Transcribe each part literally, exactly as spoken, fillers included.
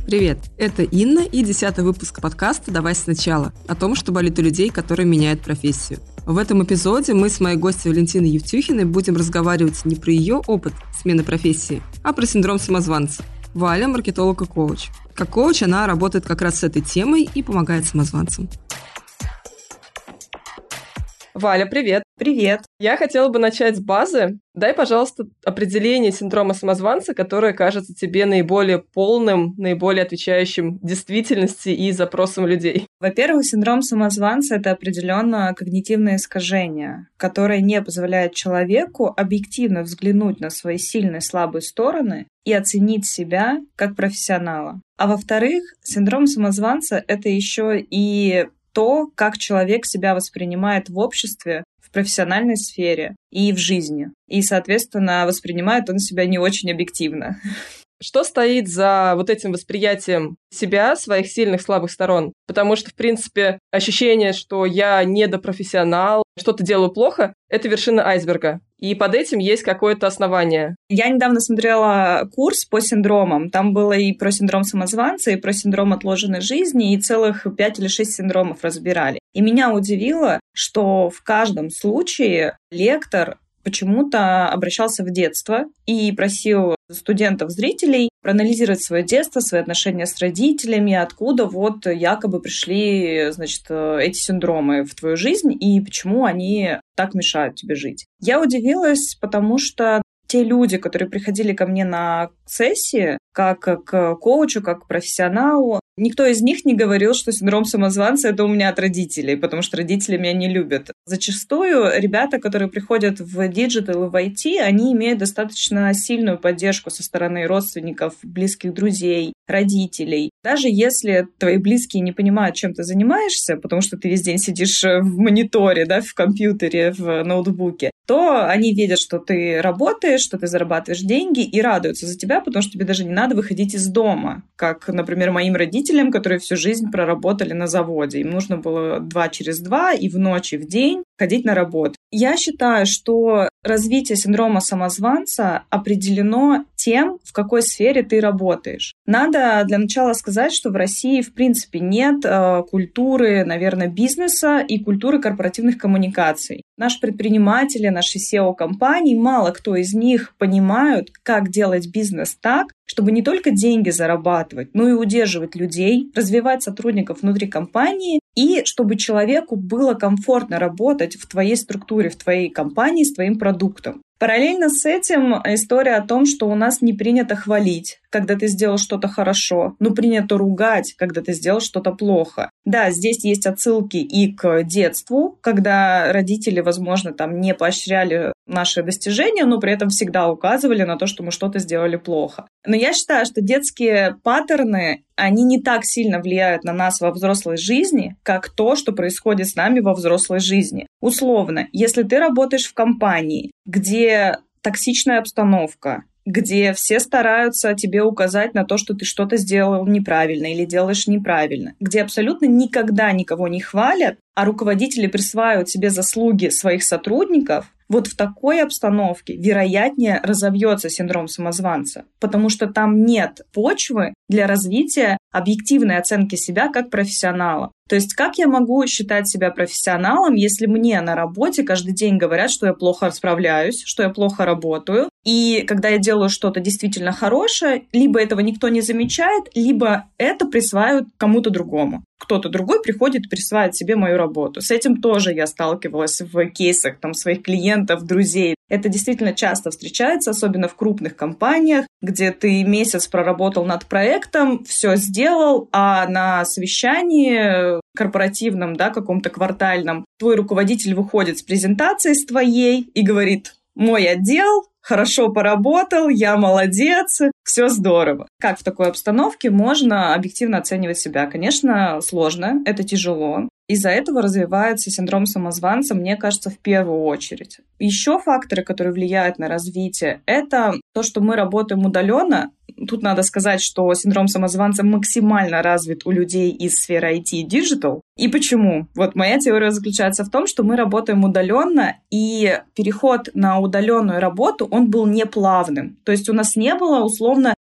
Привет, это Инна и десятый выпуск подкаста «Давай сначала» о том, что болит у людей, которые меняют профессию. В этом эпизоде мы с моей гостьей Валентиной Евтюхиной будем разговаривать не про ее опыт смены профессии, а про синдром самозванца. Валя – маркетолог и коуч. Как коуч она работает как раз с этой темой и помогает самозванцам. Валя, привет. Привет. Я хотела бы начать с базы. Дай, пожалуйста, определение синдрома самозванца, которое кажется тебе наиболее полным, наиболее отвечающим действительности и запросам людей. Во-первых, синдром самозванца — это определенно когнитивное искажение, которое не позволяет человеку объективно взглянуть на свои сильные и слабые стороны и оценить себя как профессионала. А во-вторых, синдром самозванца — это еще и то, как человек себя воспринимает в обществе, в профессиональной сфере и в жизни. И, соответственно, воспринимает он себя не очень объективно. Что стоит за вот этим восприятием себя, своих сильных, слабых сторон? Потому что, в принципе, ощущение, что я недопрофессионал, что-то делаю плохо, это вершина айсберга. И под этим есть какое-то основание. Я недавно смотрела курс по синдромам. Там было и про синдром самозванца, и про синдром отложенной жизни, и целых пять или шесть синдромов разбирали. И меня удивило, что в каждом случае лектор почему-то обращался в детство и просил студентов-зрителей проанализировать свое детство, свои отношения с родителями, откуда вот якобы пришли, значит, эти синдромы в твою жизнь и почему они так мешают тебе жить. Я удивилась, потому что те люди, которые приходили ко мне на сессии, как к коучу, как к профессионалу, никто из них не говорил, что синдром самозванца — это у меня от родителей, потому что родители меня не любят. Зачастую ребята, которые приходят в диджитал и в ай ти, они имеют достаточно сильную поддержку со стороны родственников, близких друзей, родителей. Даже если твои близкие не понимают, чем ты занимаешься, потому что ты весь день сидишь в мониторе, да, в компьютере, в ноутбуке, то они видят, что ты работаешь, что ты зарабатываешь деньги и радуются за тебя, потому что тебе даже не надо выходить из дома. Как, например, моим родителям, которые всю жизнь проработали на заводе. Им нужно было два через два и в ночь, и в день ходить на работу. Я считаю, что развитие синдрома самозванца определено тем, в какой сфере ты работаешь. Надо для начала сказать, что в России в принципе нет э, культуры, наверное, бизнеса и культуры корпоративных коммуникаций. Наши предприниматели, наши сео-компании, мало кто из них понимают, как делать бизнес так, чтобы не только деньги зарабатывать, но и удерживать людей, развивать сотрудников внутри компании, и чтобы человеку было комфортно работать в твоей структуре, в твоей компании с твоим продуктом. Параллельно с этим история о том, что у нас не принято хвалить, когда ты сделал что-то хорошо, но принято ругать, когда ты сделал что-то плохо. Да, здесь есть отсылки и к детству, когда родители, возможно, там не поощряли наши достижения, но при этом всегда указывали на то, что мы что-то сделали плохо. Но я считаю, что детские паттерны, они не так сильно влияют на нас во взрослой жизни, как то, что происходит с нами во взрослой жизни. Условно, если ты работаешь в компании, где токсичная обстановка, где все стараются тебе указать на то, что ты что-то сделал неправильно или делаешь неправильно, где абсолютно никогда никого не хвалят, а руководители присваивают себе заслуги своих сотрудников, вот в такой обстановке вероятнее разовьется синдром самозванца, потому что там нет почвы для развития объективной оценки себя как профессионала. То есть как я могу считать себя профессионалом, если мне на работе каждый день говорят, что я плохо справляюсь, что я плохо работаю, и когда я делаю что-то действительно хорошее, либо этого никто не замечает, либо это присваивают кому-то другому. Кто-то другой приходит и присваивает себе мою работу. С этим тоже я сталкивалась в кейсах там, своих клиентов, друзей. Это действительно часто встречается, особенно в крупных компаниях, где ты месяц проработал над проектом, все сделал, а на совещании корпоративном, да, каком-то квартальном, твой руководитель выходит с презентацией с твоей и говорит: «Мой отдел хорошо поработал, я молодец, все здорово». Как в такой обстановке можно объективно оценивать себя? Конечно, сложно, это тяжело. Из-за этого развивается синдром самозванца, мне кажется, в первую очередь. Еще факторы, которые влияют на развитие, это то, что мы работаем удаленно. Тут надо сказать, что синдром самозванца максимально развит у людей из сферы ай ти и диджитал. И почему? Вот моя теория заключается в том, что мы работаем удаленно, и переход на удаленную работу, он был неплавным. То есть у нас не было, условно,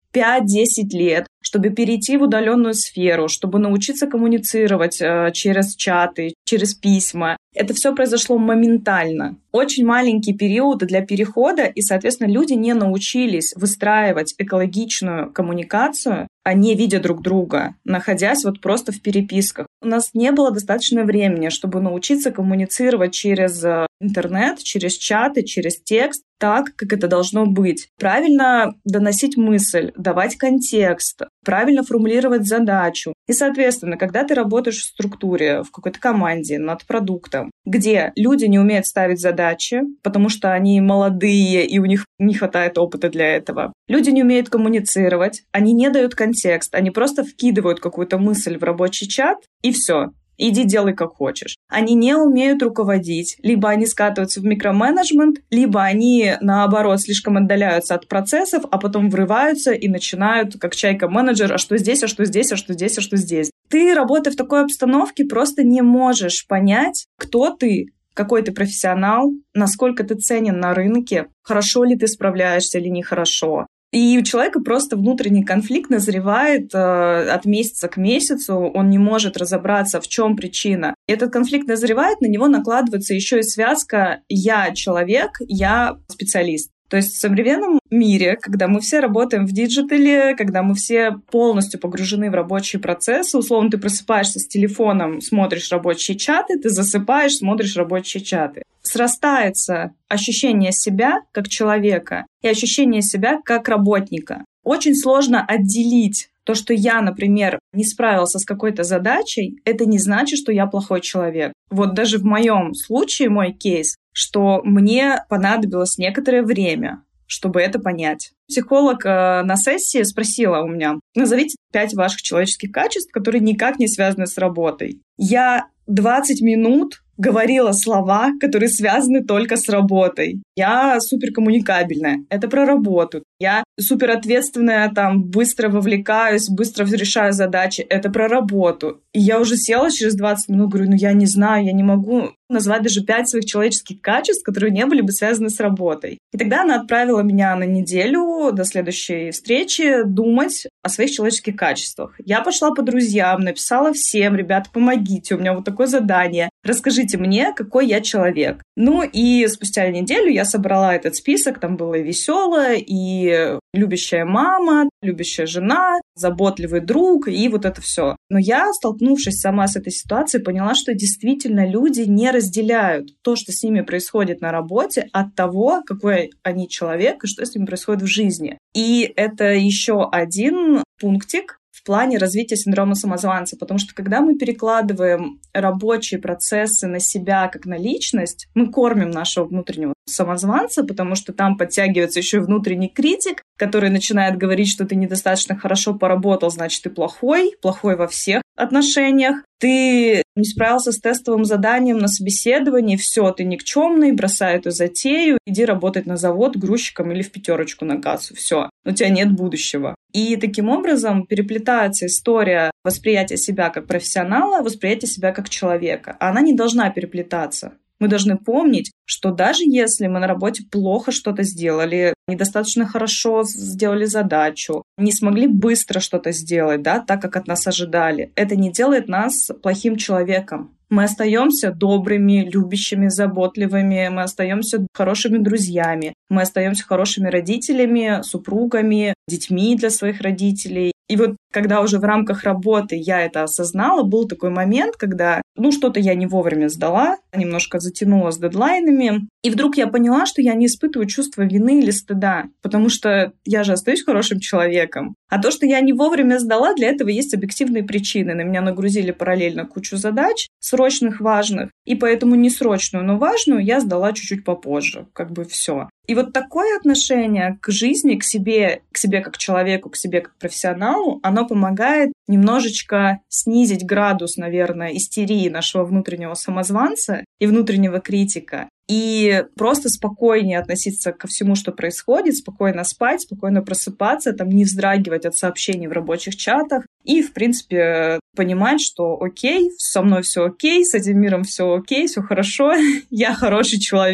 пять-десять лет, чтобы перейти в удаленную сферу, чтобы научиться коммуницировать э, через чаты, через письма. Это все произошло моментально. Очень маленький период для перехода, и, соответственно, люди не научились выстраивать экологичную коммуникацию, а не видя друг друга, находясь вот просто в переписках. У нас не было достаточно времени, чтобы научиться коммуницировать через интернет, через чаты, через текст, так, как это должно быть. Правильно доносить мысль, давать контекст, правильно формулировать задачу. И, соответственно, когда ты работаешь в структуре, в какой-то команде, над продуктом, где люди не умеют ставить задачи, потому что они молодые, и у них не хватает опыта для этого. Люди не умеют коммуницировать, они не дают контекст, они просто вкидывают какую-то мысль в рабочий чат, и все. Иди делай как хочешь. Они не умеют руководить. Либо они скатываются в микроменеджмент, либо они, наоборот, слишком отдаляются от процессов, а потом врываются и начинают, как чайка-менеджер, а что здесь, а что здесь, а что здесь, а что здесь. Ты, работая в такой обстановке, просто не можешь понять, кто ты, какой ты профессионал, насколько ты ценен на рынке, хорошо ли ты справляешься или нехорошо. И у человека просто внутренний конфликт назревает э, от месяца к месяцу, он не может разобраться, в чем причина. И этот конфликт назревает, на него накладывается еще и связка «я человек, я специалист». То есть в современном мире, когда мы все работаем в диджитале, когда мы все полностью погружены в рабочие процессы, условно, ты просыпаешься с телефоном, смотришь рабочие чаты, ты засыпаешь, смотришь рабочие чаты. Срастается ощущение себя как человека и ощущение себя как работника. Очень сложно отделить то, что я, например, не справился с какой-то задачей, это не значит, что я плохой человек. Вот даже в моем случае, мой кейс, что мне понадобилось некоторое время, чтобы это понять. Психолог э, на сессии спросила у меня: назовите пять ваших человеческих качеств, которые никак не связаны с работой. Я двадцать минут говорила слова, которые связаны только с работой. Я суперкоммуникабельная. Это про работу. Я суперответственная, там, быстро вовлекаюсь, быстро решаю задачи. Это про работу. И я уже села через двадцать минут, говорю, ну я не знаю, я не могу назвать даже пять своих человеческих качеств, которые не были бы связаны с работой. И тогда она отправила меня на неделю до следующей встречи думать о своих человеческих качествах. Я пошла по друзьям, написала всем: ребята, помогите, у меня вот такое задание. Расскажите мне, какой я человек. Ну и спустя неделю я собрала этот список, там было и веселое, и любящая мама, любящая жена, заботливый друг, и вот это все. Но я, столкнувшись сама с этой ситуацией, поняла, что действительно люди не разделяют то, что с ними происходит на работе, от того, какой они человек и что с ними происходит в жизни. И это еще один пунктик в плане развития синдрома самозванца, потому что когда мы перекладываем рабочие процессы на себя как на личность, мы кормим нашего внутреннего самозванца, потому что там подтягивается еще и внутренний критик, который начинает говорить, что ты недостаточно хорошо поработал, значит, ты плохой, плохой во всех отношениях. Ты не справился с тестовым заданием на собеседовании, все, ты никчемный, бросай эту затею, иди работать на завод грузчиком или в пятерочку на кассу, все, у тебя нет будущего. И таким образом переплетается история восприятия себя как профессионала, восприятия себя как человека. Она не должна переплетаться. Мы должны помнить, что даже если мы на работе плохо что-то сделали, недостаточно хорошо сделали задачу, не смогли быстро что-то сделать, да, так, как от нас ожидали, это не делает нас плохим человеком. Мы остаемся добрыми, любящими, заботливыми, мы остаемся хорошими друзьями, мы остаемся хорошими родителями, супругами, детьми для своих родителей. И вот когда уже в рамках работы я это осознала, был такой момент, когда, ну, что-то я не вовремя сдала, немножко затянула с дедлайнами, и вдруг я поняла, что я не испытываю чувства вины или стыда, потому что я же остаюсь хорошим человеком. А то, что я не вовремя сдала, для этого есть объективные причины. На меня нагрузили параллельно кучу задач, срочных, важных, и поэтому не срочную, но важную я сдала чуть-чуть попозже, как бы все. И вот такое отношение к жизни, к себе, к себе как человеку, к себе как профессионалу, оно помогает немножечко снизить градус, наверное, истерии нашего внутреннего самозванца и внутреннего критика, и просто спокойнее относиться ко всему, что происходит, спокойно спать, спокойно просыпаться, там, не вздрагивать от сообщений в рабочих чатах и, в принципе, понимать, что окей, со мной все окей, с этим миром все окей, все хорошо, я хороший человек,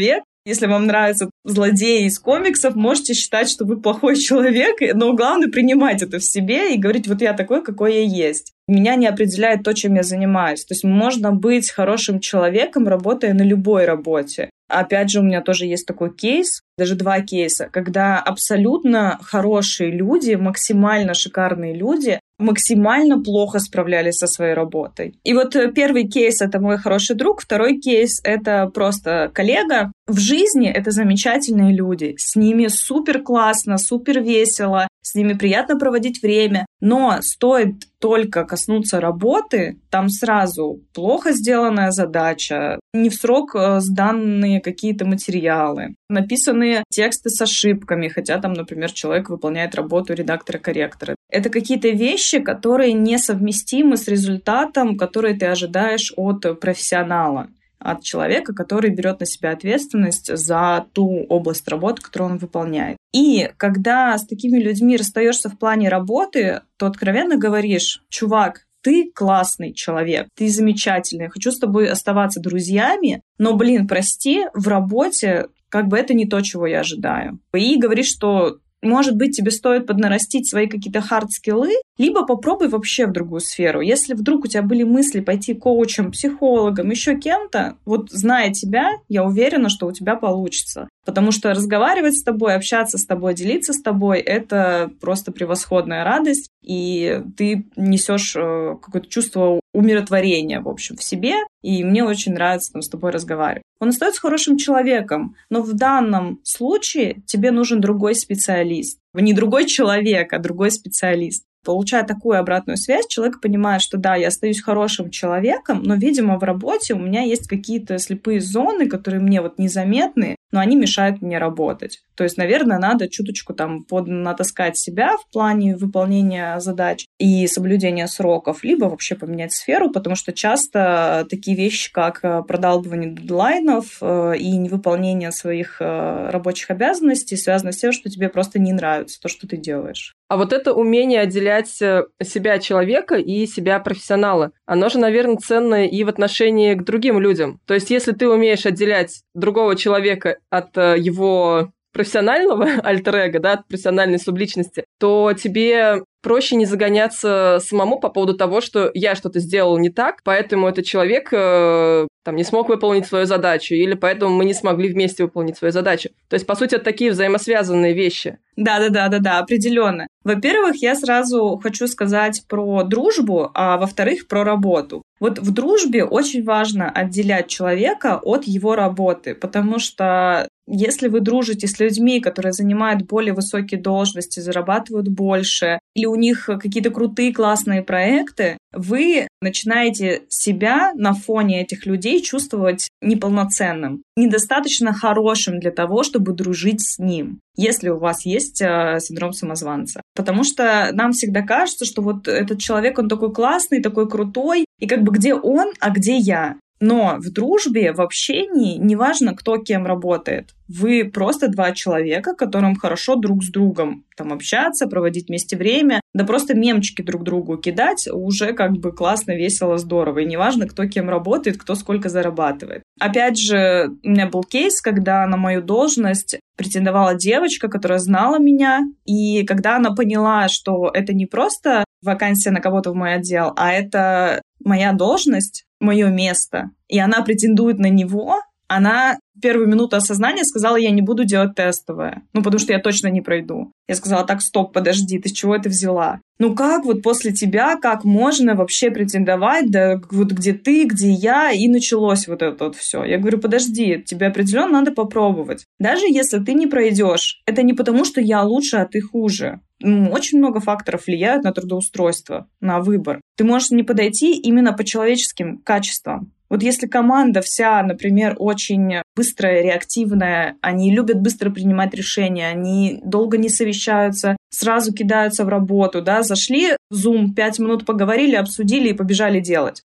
Если вам нравятся злодеи из комиксов, можете считать, что вы плохой человек, но главное принимать это в себе и говорить, вот я такой, какой я есть. Меня не определяет то, чем я занимаюсь. То есть можно быть хорошим человеком, работая на любой работе. Опять же, у меня тоже есть такой кейс, даже два кейса, когда абсолютно хорошие люди, максимально шикарные люди, максимально плохо справлялись со своей работой. И вот первый кейс — это мой хороший друг, второй кейс — это просто коллега. В жизни это замечательные люди, с ними супер классно, супер весело, с ними приятно проводить время, но стоит только коснуться работы, там сразу плохо сделанная задача, не в срок сданные какие-то материалы, написанные тексты с ошибками, хотя там, например, человек выполняет работу редактора-корректора. Это какие-то вещи, которые несовместимы с результатом, который ты ожидаешь от профессионала, от человека, который берет на себя ответственность за ту область работы, которую он выполняет. И когда с такими людьми расстаешься в плане работы, то откровенно говоришь: чувак, ты классный человек, ты замечательный, хочу с тобой оставаться друзьями, но, блин, прости, в работе как бы это не то, чего я ожидаю. И говоришь, что может быть, тебе стоит поднарастить свои какие-то хард-скиллы, либо попробуй вообще в другую сферу. Если вдруг у тебя были мысли пойти коучем, психологом, еще кем-то, вот зная тебя, я уверена, что у тебя получится. Потому что разговаривать с тобой, общаться с тобой, делиться с тобой — это просто превосходная радость, и ты несешь какое-то чувство умиротворения, в общем, в себе, и мне очень нравится там с тобой разговаривать. Он остается хорошим человеком, но в данном случае тебе нужен другой специалист. Не другой человек, а другой специалист. Получая такую обратную связь, человек понимает, что да, я остаюсь хорошим человеком, но, видимо, в работе у меня есть какие-то слепые зоны, которые мне вот незаметны, но они мешают мне работать. То есть, наверное, надо чуточку там поднатаскать себя в плане выполнения задач и соблюдения сроков, либо вообще поменять сферу, потому что часто такие вещи, как продалбывание дедлайнов и невыполнение своих рабочих обязанностей связаны с тем, что тебе просто не нравится то, что ты делаешь. А вот это умение отделять себя человека и себя профессионала, оно же, наверное, ценно и в отношении к другим людям. То есть, если ты умеешь отделять другого человека от его профессионального альтер-эго, да, от профессиональной субличности, то тебе проще не загоняться самому по поводу того, что я что-то сделал не так, поэтому этот человек э, там, не смог выполнить свою задачу, или поэтому мы не смогли вместе выполнить свою задачу. То есть, по сути, это такие взаимосвязанные вещи. Да-да-да-да-да, определенно. Во-первых, я сразу хочу сказать про дружбу, а во-вторых, про работу. Вот в дружбе очень важно отделять человека от его работы, потому что если вы дружите с людьми, которые занимают более высокие должности, зарабатывают больше, или у них какие-то крутые, классные проекты, вы начинаете себя на фоне этих людей чувствовать неполноценным, недостаточно хорошим для того, чтобы дружить с ним, если у вас есть э, синдром самозванца. Потому что нам всегда кажется, что вот этот человек, он такой классный, такой крутой, и как бы где он, а где я. Но в дружбе, в общении, неважно, кто кем работает. Вы просто два человека, которым хорошо друг с другом там общаться, проводить вместе время, да просто мемчики друг другу кидать, уже как бы классно, весело, здорово. И неважно, кто кем работает, кто сколько зарабатывает. Опять же, у меня был кейс, когда на мою должность претендовала девочка, которая знала меня, и когда она поняла, что это не просто вакансия на кого-то в мой отдел, а это моя должность, мое место, и она претендует на него, она в первую минуту осознания сказала: я не буду делать тестовое, ну, потому что я точно не пройду. Я сказала: так, стоп, подожди, ты с чего это взяла? Ну, как вот после тебя, как можно вообще претендовать, да вот где ты, где я, и началось вот это вот все. Я говорю: подожди, тебе определенно надо попробовать. Даже если ты не пройдешь, это не потому, что я лучше, а ты хуже. Очень много факторов влияют на трудоустройство, на выбор. Ты можешь не подойти именно по человеческим качествам. Вот если команда вся, например, очень быстрая, реактивная, они любят быстро принимать решения, они долго не совещаются, сразу кидаются в работу, да, зашли в Zoom, пять минут поговорили, обсудили и побежали делать.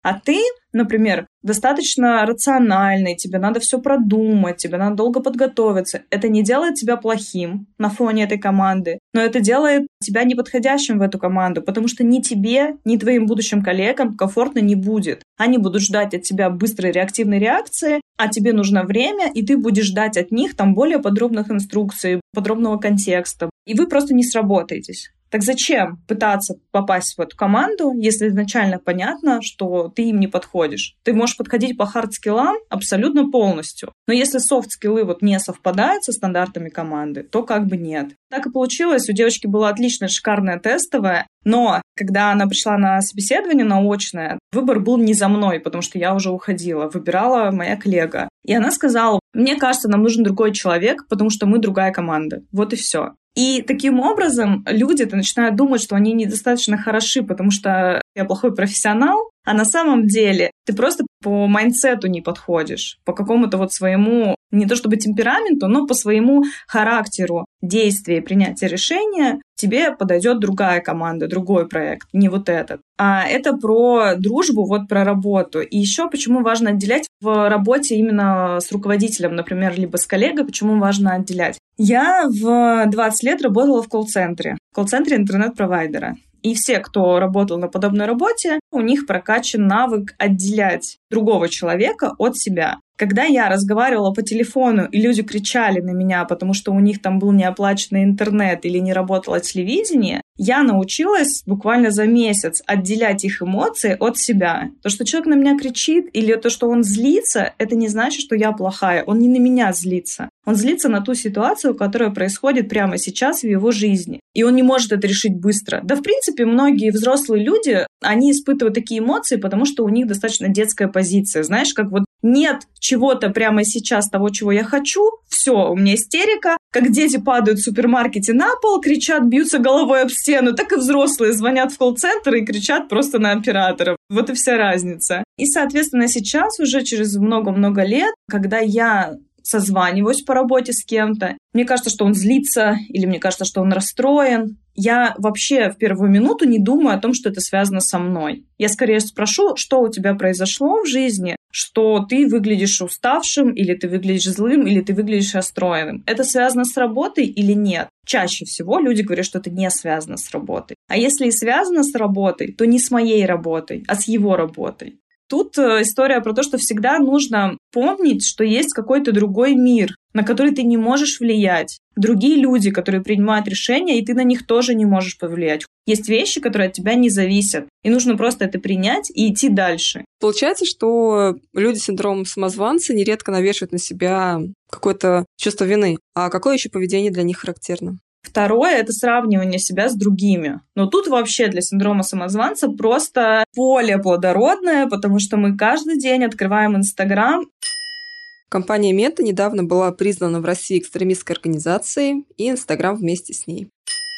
А ты, например, достаточно рациональный, тебе надо все продумать, тебе надо долго подготовиться. Это не делает тебя плохим на фоне этой команды, но это делает тебя неподходящим в эту команду, потому что ни тебе, ни твоим будущим коллегам комфортно не будет. Они будут ждать от тебя быстрой реактивной реакции, а тебе нужно время, и ты будешь ждать от них там более подробных инструкций, подробного контекста, и вы просто не сработаетесь. Так зачем пытаться попасть в эту команду, если изначально понятно, что ты им не подходишь? Ты можешь подходить по хард-скиллам абсолютно полностью. Но если софт-скиллы вот не совпадают со стандартами команды, то как бы нет. Так и получилось. У девочки была отличная, шикарная тестовая, но когда она пришла на собеседование наочное, выбор был не за мной, потому что я уже уходила. Выбирала моя коллега. И она сказала: мне кажется, нам нужен другой человек, потому что мы другая команда. Вот и все. И таким образом люди-то начинают думать, что они недостаточно хороши, потому что я плохой профессионал, а на самом деле ты просто по майндсету не подходишь, по какому-то вот своему, не то чтобы темпераменту, но по своему характеру действия и принятия решения тебе подойдет другая команда, другой проект, не вот этот. А это про дружбу, вот про работу. И еще почему важно отделять в работе именно с руководителем, например, либо с коллегой, почему важно отделять. Я в двадцать лет работала в колл-центре, в колл-центре интернет-провайдера. И все, кто работал на подобной работе, у них прокачан навык отделять другого человека от себя. Когда я разговаривала по телефону, и люди кричали на меня, потому что у них там был неоплаченный интернет или не работало телевидение, я научилась буквально за месяц отделять их эмоции от себя. То, что человек на меня кричит, или то, что он злится, это не значит, что я плохая. Он не на меня злится. Он злится на ту ситуацию, которая происходит прямо сейчас в его жизни. И он не может это решить быстро. Да, в принципе, многие взрослые люди, они испытывают такие эмоции, потому что у них достаточно детская позиция. Знаешь, как вот нет чего-то прямо сейчас того, чего я хочу, все, у меня истерика, как дети падают в супермаркете на пол, кричат, бьются головой об стену, так и взрослые звонят в колл-центр и кричат просто на операторов. Вот и вся разница. И, соответственно, сейчас уже через много-много лет, когда я созваниваюсь по работе с кем-то, мне кажется, что он злится, или мне кажется, что он расстроен, я вообще в первую минуту не думаю о том, что это связано со мной. Я скорее спрошу, что у тебя произошло в жизни, что ты выглядишь уставшим, или ты выглядишь злым, или ты выглядишь расстроенным. Это связано с работой или нет? Чаще всего люди говорят, что это не связано с работой. А если и связано с работой, то не с моей работой, а с его работой. Тут история про то, что всегда нужно помнить, что есть какой-то другой мир, на который ты не можешь влиять. Другие люди, которые принимают решения, и ты на них тоже не можешь повлиять. Есть вещи, которые от тебя не зависят, и нужно просто это принять и идти дальше. Получается, что люди с синдромом самозванца нередко навешивают на себя какое-то чувство вины. А какое еще поведение для них характерно? Второе – это сравнивание себя с другими. Но тут вообще для синдрома самозванца просто поле плодородное, потому что мы каждый день открываем Инстаграм. Компания Мета недавно была признана в России экстремистской организацией, и Инстаграм вместе с ней.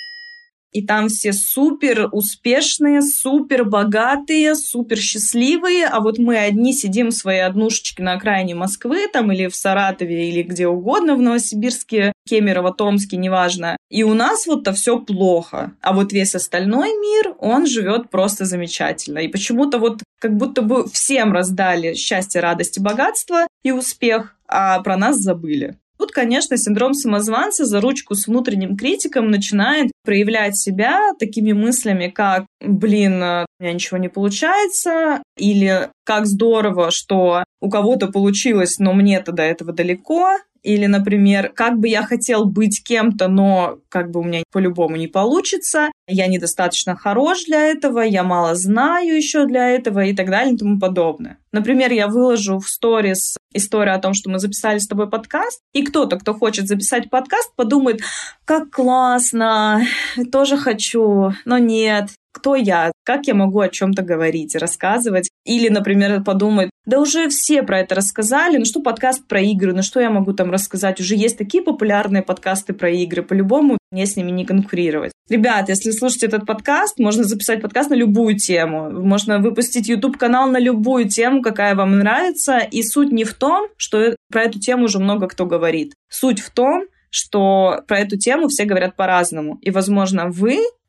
И там все супер успешные, супер богатые, супер счастливые, а вот мы одни сидим в своей однушечке на окраине Москвы, там или в Саратове, или где угодно, в Новосибирске, Кемерово, Томске, неважно. И у нас вот-то все плохо. А вот весь остальной мир, он живет просто замечательно. И почему-то вот как будто бы всем раздали счастье, радость и богатство и успех, а про нас забыли. Тут, конечно, синдром самозванца за ручку с внутренним критиком начинает проявлять себя такими мыслями, как «блин, у меня ничего не получается», или «как здорово, что у кого-то получилось, но мне-то до этого далеко», или, например, «как бы я хотел быть кем-то, но как бы у меня по-любому не получится», «я недостаточно хорош для этого», «я мало знаю еще для этого» и так далее и тому подобное. Например, я выложу в сторис историю о том, что мы записали с тобой подкаст, и кто-то, кто хочет записать подкаст, подумает: «как классно, тоже хочу, но нет». Кто я? Как я могу о чем-то говорить и рассказывать? Или, например, подумает: да уже все про это рассказали, ну что подкаст про игры, ну что я могу там рассказать? Уже есть такие популярные подкасты про игры, по-любому мне с ними не конкурировать. Ребят, если слушаете этот подкаст, можно записать подкаст на любую тему. Можно выпустить YouTube-канал на любую тему, какая вам нравится. И суть не в том, что про эту тему уже много кто говорит. Суть в том, что про эту тему все говорят по-разному. И, возможно, вы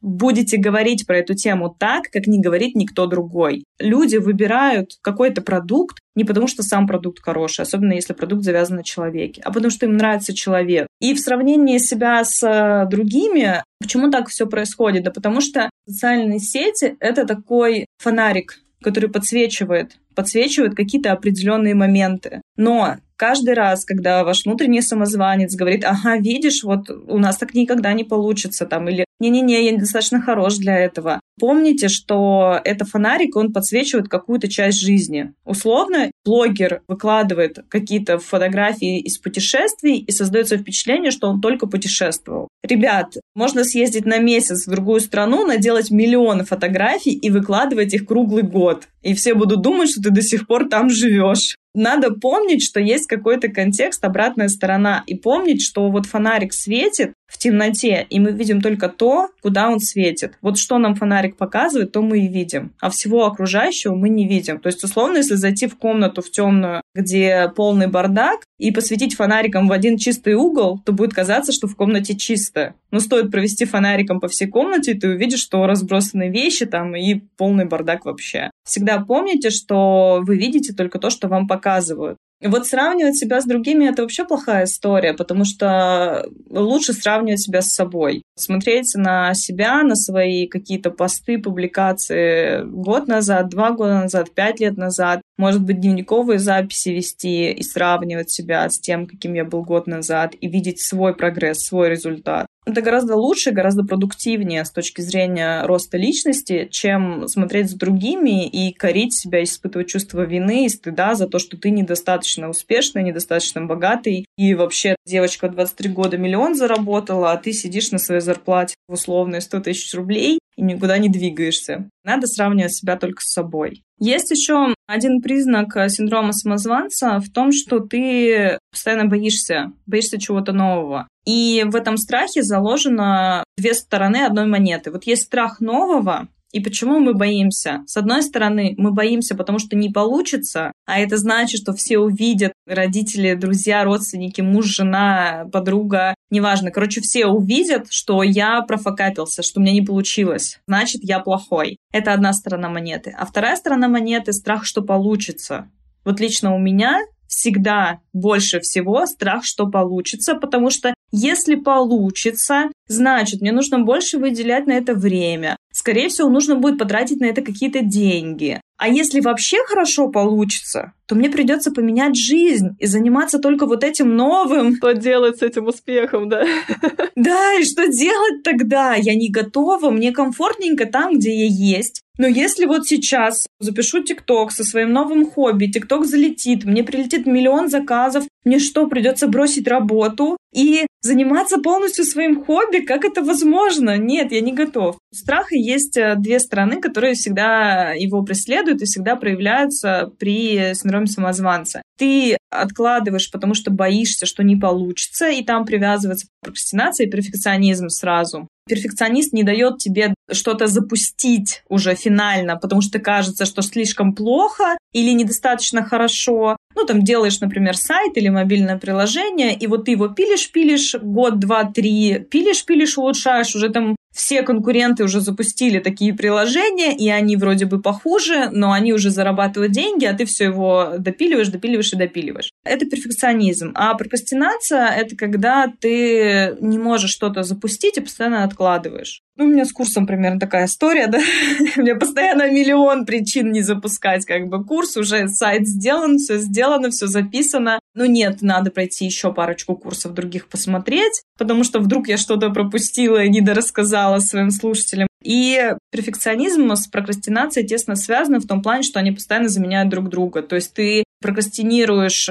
будете говорить про эту тему так, как не говорит никто другой. Люди выбирают какой-то продукт не потому, что сам продукт хороший, особенно если продукт завязан на человеке, а потому что им нравится человек. И в сравнении себя с другими, почему так все происходит? Да потому что социальные сети — это такой фонарик, который подсвечивает, подсвечивает какие-то определенные моменты. Но каждый раз, когда ваш внутренний самозванец говорит: ага, видишь, вот у нас так никогда не получится, там, или не-не-не, я недостаточно хорош для этого. Помните, что это фонарик, он подсвечивает какую-то часть жизни. Условно, блогер выкладывает какие-то фотографии из путешествий, и создается впечатление, что он только путешествовал. Ребят, можно съездить на месяц в другую страну, наделать миллионы фотографий и выкладывать их круглый год. И все будут думать, что ты до сих пор там живешь. Надо помнить, что есть какой-то контекст, обратная сторона, и помнить, что вот фонарик светит в темноте, и мы видим только то, куда он светит. Вот что нам фонарик показывает, то мы и видим, а всего окружающего мы не видим. То есть, условно, если зайти в комнату в темную, где полный бардак, и посветить фонариком в один чистый угол, то будет казаться, что в комнате чисто. Но стоит провести фонариком по всей комнате, и ты увидишь, что разбросаны вещи там и полный бардак вообще. Всегда помните, что вы видите только то, что вам показывают. Вот сравнивать себя с другими — это вообще плохая история, потому что лучше сравнивать себя с собой. Смотреть на себя, на свои какие-то посты, публикации год назад, два года назад, пять лет назад. Может быть, дневниковые записи вести и сравнивать себя с тем, каким я был год назад, и видеть свой прогресс, свой результат. Это гораздо лучше, гораздо продуктивнее с точки зрения роста личности, чем смотреть за другими и корить себя, испытывать чувство вины и стыда за то, что ты недостаточно успешный, недостаточно богатый. И вообще девочка в двадцать три года миллион заработала, а ты сидишь на своей зарплате в условные сто тысяч рублей и никуда не двигаешься. Надо сравнивать себя только с собой. Есть еще один признак синдрома самозванца в том, что ты постоянно боишься, боишься чего-то нового. И в этом страхе заложено две стороны одной монеты. Вот есть страх нового. И почему мы боимся? С одной стороны, мы боимся, потому что не получится, а это значит, что все увидят, родители, друзья, родственники, муж, жена, подруга, неважно. Короче, все увидят, что я профокапился, что у меня не получилось. Значит, я плохой. Это одна сторона монеты. А вторая сторона монеты — страх, что получится. Вот лично у меня всегда больше всего страх, что получится, потому что если получится, значит, мне нужно больше выделять на это время. Скорее всего, нужно будет потратить на это какие-то деньги. А если вообще хорошо получится, то мне придется поменять жизнь и заниматься только вот этим новым. Что делать с этим успехом, да? Да, и что делать тогда? Я не готова, мне комфортненько там, где я есть. Но если вот сейчас запишу ТикТок со своим новым хобби, ТикТок залетит, мне прилетит миллион заказов, мне что, придется бросить работу и заниматься полностью своим хобби? Как это возможно? Нет, я не готов. У страха есть две стороны, которые всегда его преследуют и всегда проявляются при синдроме самозванца. Ты откладываешь, потому что боишься, что не получится, и там привязывается прокрастинация и перфекционизм сразу. Перфекционист не дает тебе что-то запустить уже финально, потому что кажется, что слишком плохо или недостаточно хорошо. Ну, там делаешь, например, сайт или мобильное приложение, и вот ты его пилишь-пилишь год, два, три, пилишь-пилишь, улучшаешь, уже там все конкуренты уже запустили такие приложения, и они вроде бы похуже, но они уже зарабатывают деньги, а ты все его допиливаешь, допиливаешь и допиливаешь. Это перфекционизм. А прокрастинация — это когда ты не можешь что-то запустить и постоянно откладываешь. Ну, у меня с курсом примерно такая история, да? У меня постоянно миллион причин не запускать как бы курс, уже сайт сделан, все сделано, все записано. Но нет, надо пройти еще парочку курсов других посмотреть, потому что вдруг я что-то пропустила и недорассказала своим слушателям. И перфекционизм с прокрастинацией тесно связаны в том плане, что они постоянно заменяют друг друга. То есть ты прокрастинируешь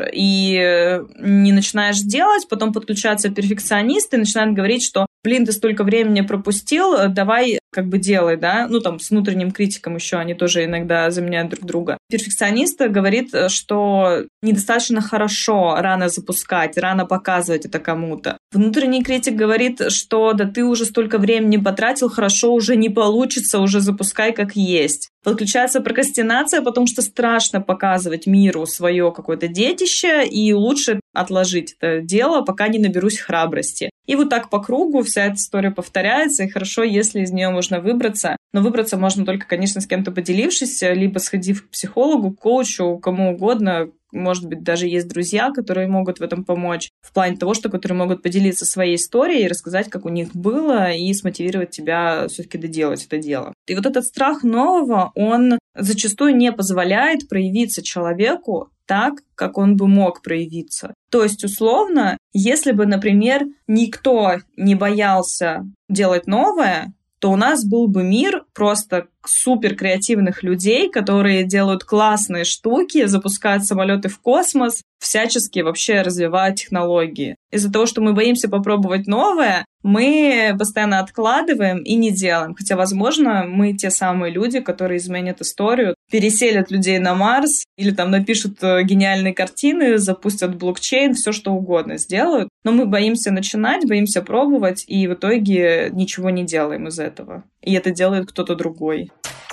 и не начинаешь делать, потом подключается перфекционист и начинает говорить, что блин, ты столько времени пропустил, давай как бы делай, да, ну там с внутренним критиком еще они тоже иногда заменяют друг друга. Перфекционист говорит, что недостаточно хорошо рано запускать, рано показывать это кому-то. Внутренний критик говорит, что да ты уже столько времени потратил, хорошо уже не получится, уже запускай как есть. Подключается прокрастинация, потому что страшно показывать миру свое какое-то детище, и лучше отложить это дело, пока не наберусь храбрости. И вот так по кругу вся эта история повторяется, и хорошо, если из нее можно выбраться. Но выбраться можно только, конечно, с кем-то поделившись, либо сходив к психологу, к коучу, кому угодно. Может быть, даже есть друзья, которые могут в этом помочь, в плане того, что которые могут поделиться своей историей, рассказать, как у них было, и смотивировать тебя все-таки доделать это дело. И вот этот страх нового, он зачастую не позволяет проявиться человеку так, как он бы мог проявиться. То есть, условно, если бы, например, никто не боялся делать новое, то у нас был бы мир просто супер креативных людей, которые делают классные штуки, запускают самолеты в космос, всячески вообще развивают технологии. Из-за того, что мы боимся попробовать новое, мы постоянно откладываем и не делаем. Хотя, возможно, мы те самые люди, которые изменят историю, переселят людей на Марс или там напишут гениальные картины, запустят блокчейн, все что угодно сделают. Но мы боимся начинать, боимся пробовать, и в итоге ничего не делаем из этого. И это делает кто-то другой.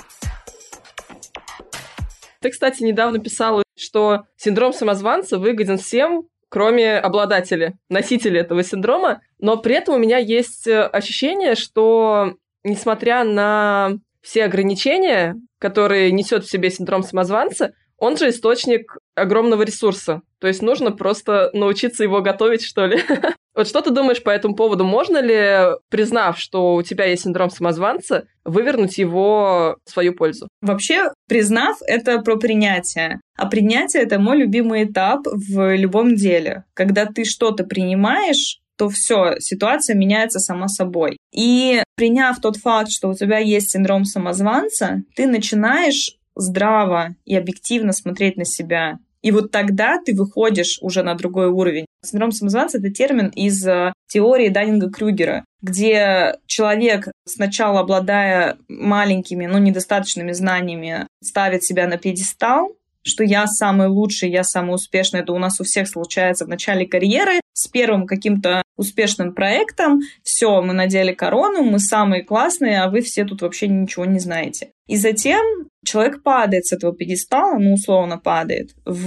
Ты, кстати, недавно писала, что синдром самозванца выгоден всем, кроме обладателя, носителя этого синдрома. Но при этом у меня есть ощущение, что, несмотря на все ограничения, которые несет в себе синдром самозванца, он же источник огромного ресурса. То есть нужно просто научиться его готовить, что ли. Вот что ты думаешь по этому поводу? Можно ли, признав, что у тебя есть синдром самозванца, вывернуть его в свою пользу? Вообще, признав, это про принятие. А принятие — это мой любимый этап в любом деле. Когда ты что-то принимаешь, то все, ситуация меняется сама собой. И приняв тот факт, что у тебя есть синдром самозванца, ты начинаешь здраво и объективно смотреть на себя. И вот тогда ты выходишь уже на другой уровень. Синдром самозванца — это термин из теории Даннинга-Крюгера, где человек, сначала обладая маленькими, но недостаточными знаниями, ставит себя на пьедестал, что я самый лучший, я самый успешный. Это у нас у всех случается в начале карьеры. С первым каким-то успешным проектом все, мы надели корону, мы самые классные, а вы все тут вообще ничего не знаете. И затем человек падает с этого пьедестала, ну, условно падает,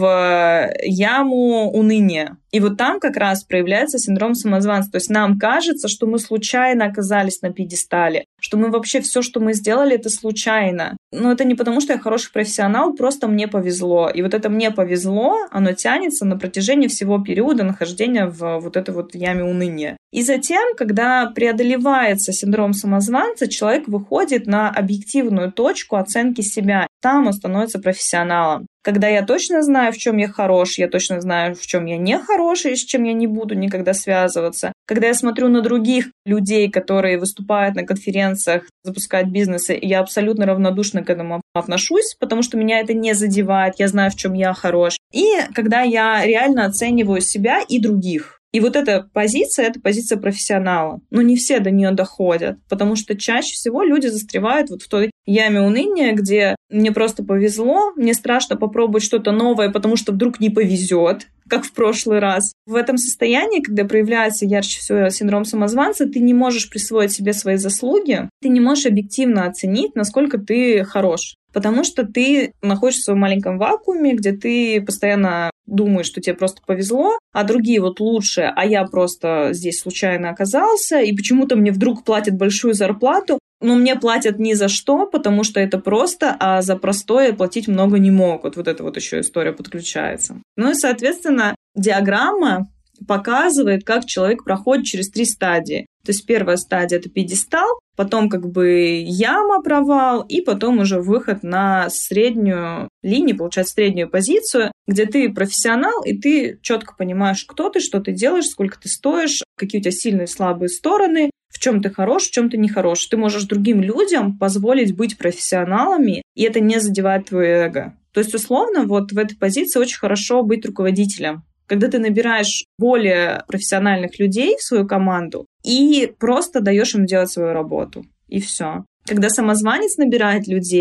в яму уныния. И вот там как раз проявляется синдром самозванца. То есть нам кажется, что мы случайно оказались на пьедестале, что мы вообще все, что мы сделали, это случайно. Но это не потому, что я хороший профессионал, просто мне повезло. И вот это «мне повезло», оно тянется на протяжении всего периода нахождения в вот этой вот яме уныния. И затем, когда преодолевается синдром самозванца, человек выходит на объективную точку оценки себя. Там он становится профессионалом. Когда я точно знаю, в чем я хорош, я точно знаю, в чем я не хорош, и с чем я не буду никогда связываться. Когда я смотрю на других людей, которые выступают на конференциях, запускают бизнесы, и я абсолютно равнодушно к этому отношусь, потому что меня это не задевает, я знаю, в чем я хорош. И когда я реально оцениваю себя и других. И вот эта позиция, это позиция профессионала. Но не все до нее доходят, потому что чаще всего люди застревают вот в той яме уныния, где мне просто повезло, мне страшно попробовать что-то новое, потому что вдруг не повезет, как в прошлый раз. В этом состоянии, когда проявляется ярче всего синдром самозванца, ты не можешь присвоить себе свои заслуги, ты не можешь объективно оценить, насколько ты хорош. Потому что ты находишься в своем маленьком вакууме, где ты постоянно думаешь, что тебе просто повезло, а другие вот лучше, а я просто здесь случайно оказался, и почему-то мне вдруг платят большую зарплату, но мне платят ни за что, потому что это просто, а за простое платить много не могут. Вот эта вот еще история подключается. Ну и, соответственно, диаграмма показывает, как человек проходит через три стадии. То есть первая стадия — это пьедестал, потом как бы яма, провал, и потом уже выход на среднюю линию, получается, среднюю позицию, где ты профессионал, и ты четко понимаешь, кто ты, что ты делаешь, сколько ты стоишь, какие у тебя сильные и слабые стороны, в чем ты хорош, в чем ты не хорош. Ты можешь другим людям позволить быть профессионалами, и это не задевает твое эго. То есть, условно, вот в этой позиции очень хорошо быть руководителем. Когда ты набираешь более профессиональных людей в свою команду и просто даешь им делать свою работу. И все. Когда самозванец набирает людей,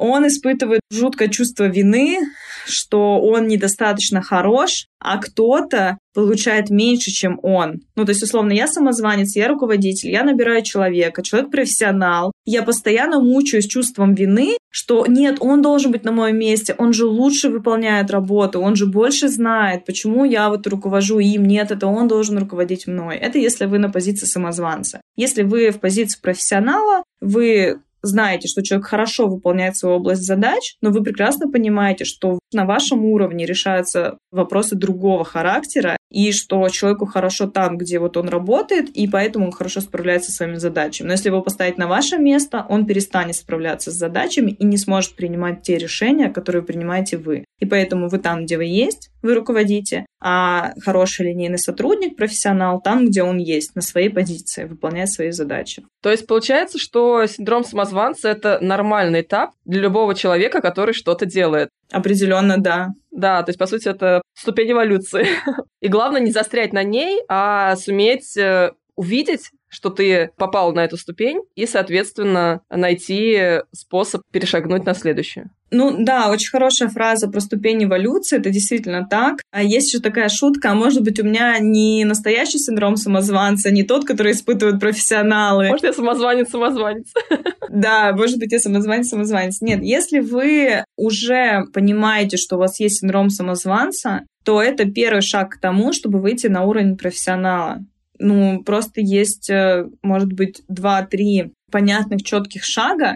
он испытывает жуткое чувство вины, что он недостаточно хорош, а кто-то получает меньше, чем он. Ну, то есть, условно, я самозванец, я руководитель, я набираю человека, человек профессионал. Я постоянно мучаюсь чувством вины, что нет, он должен быть на моем месте, он же лучше выполняет работу, он же больше знает, почему я вот руковожу им. Нет, это он должен руководить мной. Это если вы на позиции самозванца. Если вы в позиции профессионала, вы знаете, что человек хорошо выполняет свою область задач, но вы прекрасно понимаете, что на вашем уровне решаются вопросы другого характера, и что человеку хорошо там, где вот он работает, и поэтому он хорошо справляется со своими задачами. Но если его поставить на ваше место, он перестанет справляться с задачами и не сможет принимать те решения, которые принимаете вы. И поэтому вы там, где вы есть, вы руководите, а хороший линейный сотрудник, профессионал, там, где он есть, на своей позиции, выполняет свои задачи. То есть получается, что синдром самозванца — это нормальный этап для любого человека, который что-то делает. Определенно, да. Да, то есть, по сути, это ступень эволюции. И главное не застрять на ней, а суметь увидеть, что ты попал на эту ступень, и, соответственно, найти способ перешагнуть на следующую. Ну да, очень хорошая фраза про ступень эволюции, это действительно так. А есть еще такая шутка, а может быть у меня не настоящий синдром самозванца, не тот, который испытывают профессионалы. Может, я самозванец-самозванец. Да, может быть, я самозванец-самозванец. Нет, если вы уже понимаете, что у вас есть синдром самозванца, то это первый шаг к тому, чтобы выйти на уровень профессионала. Ну, просто есть, может быть, два-три понятных, четких шага.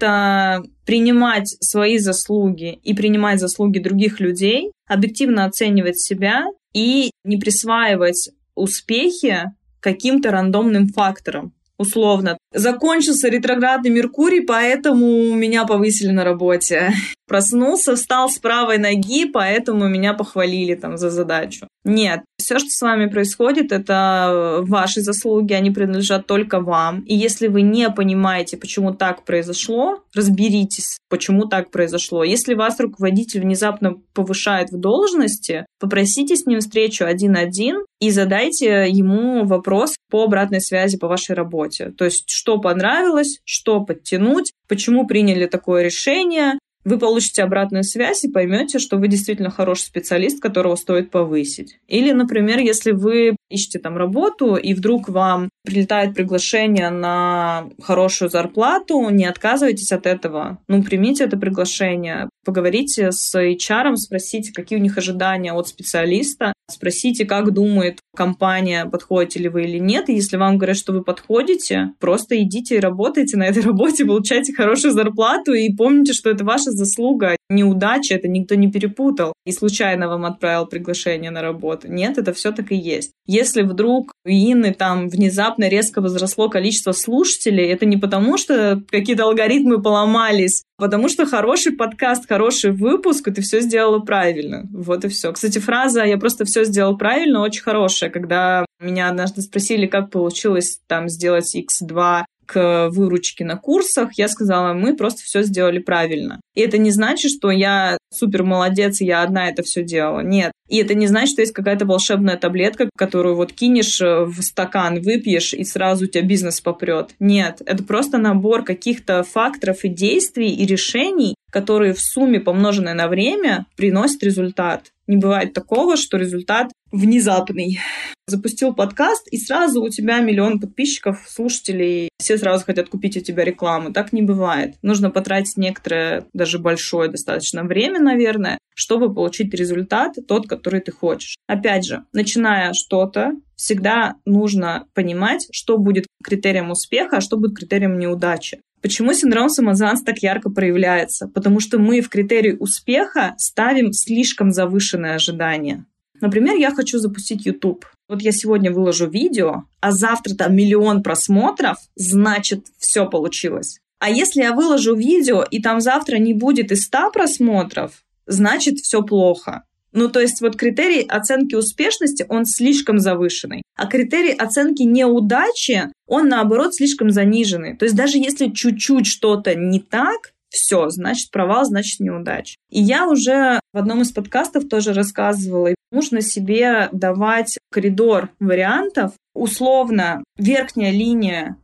Это принимать свои заслуги и принимать заслуги других людей, объективно оценивать себя и не присваивать успехи каким-то рандомным факторам. Условно. Закончился ретроградный Меркурий, поэтому меня повысили на работе. Проснулся, встал с правой ноги, поэтому меня похвалили там за задачу. Нет. Все, что с вами происходит, это ваши заслуги, они принадлежат только вам. И если вы не понимаете, почему так произошло, разберитесь, почему так произошло. Если вас руководитель внезапно повышает в должности, попросите с ним встречу один на один и задайте ему вопрос по обратной связи по вашей работе. То есть, что понравилось, что подтянуть, почему приняли такое решение. Вы получите обратную связь и поймете, что вы действительно хороший специалист, которого стоит повысить. Или, например, если вы ищете там работу, и вдруг вам прилетает приглашение на хорошую зарплату, не отказывайтесь от этого. Ну, примите это приглашение, поговорите с эйч ар, спросите, какие у них ожидания от специалиста, спросите, как думает компания, подходите ли вы или нет. И если вам говорят, что вы подходите, просто идите и работайте на этой работе, получайте хорошую зарплату и помните, что это ваша заслуга, неудача, это никто не перепутал и случайно вам отправил приглашение на работу. Нет, это все так и есть. Если вдруг у Инны там внезапно резко возросло количество слушателей, это не потому, что какие-то алгоритмы поломались, а потому что хороший подкаст, хороший выпуск, и ты все сделала правильно. Вот и все. Кстати, фраза «я просто все сделал правильно» очень хорошая. Когда меня однажды спросили, как получилось там сделать икс два к выручке на курсах, я сказала, мы просто все сделали правильно. И это не значит, что я супер молодец, и я одна это все делала. Нет. И это не значит, что есть какая-то волшебная таблетка, которую вот кинешь в стакан, выпьешь, и сразу у тебя бизнес попрет. Нет. Это просто набор каких-то факторов и действий, и решений, которые в сумме, помноженные на время, приносят результат. Не бывает такого, что результат внезапный. Запустил подкаст, и сразу у тебя миллион подписчиков, слушателей, все сразу хотят купить у тебя рекламу. Так не бывает. Нужно потратить некоторое, даже большое достаточно время, наверное, чтобы получить результат, тот, который ты хочешь. Опять же, начиная что-то, всегда нужно понимать, что будет критерием успеха, а что будет критерием неудачи. Почему синдром самозванца так ярко проявляется? Потому что мы в критерии успеха ставим слишком завышенные ожидания. Например, я хочу запустить YouTube. Вот я сегодня выложу видео, а завтра там миллион просмотров, значит, все получилось. А если я выложу видео, и там завтра не будет и ста просмотров, значит, все плохо. Ну, то есть вот критерий оценки успешности, он слишком завышенный. А критерий оценки неудачи, он, наоборот, слишком заниженный. То есть даже если чуть-чуть что-то не так, все, значит провал, значит неудача. И я уже в одном из подкастов тоже рассказывала, нужно себе давать коридор вариантов. Условно, верхняя линия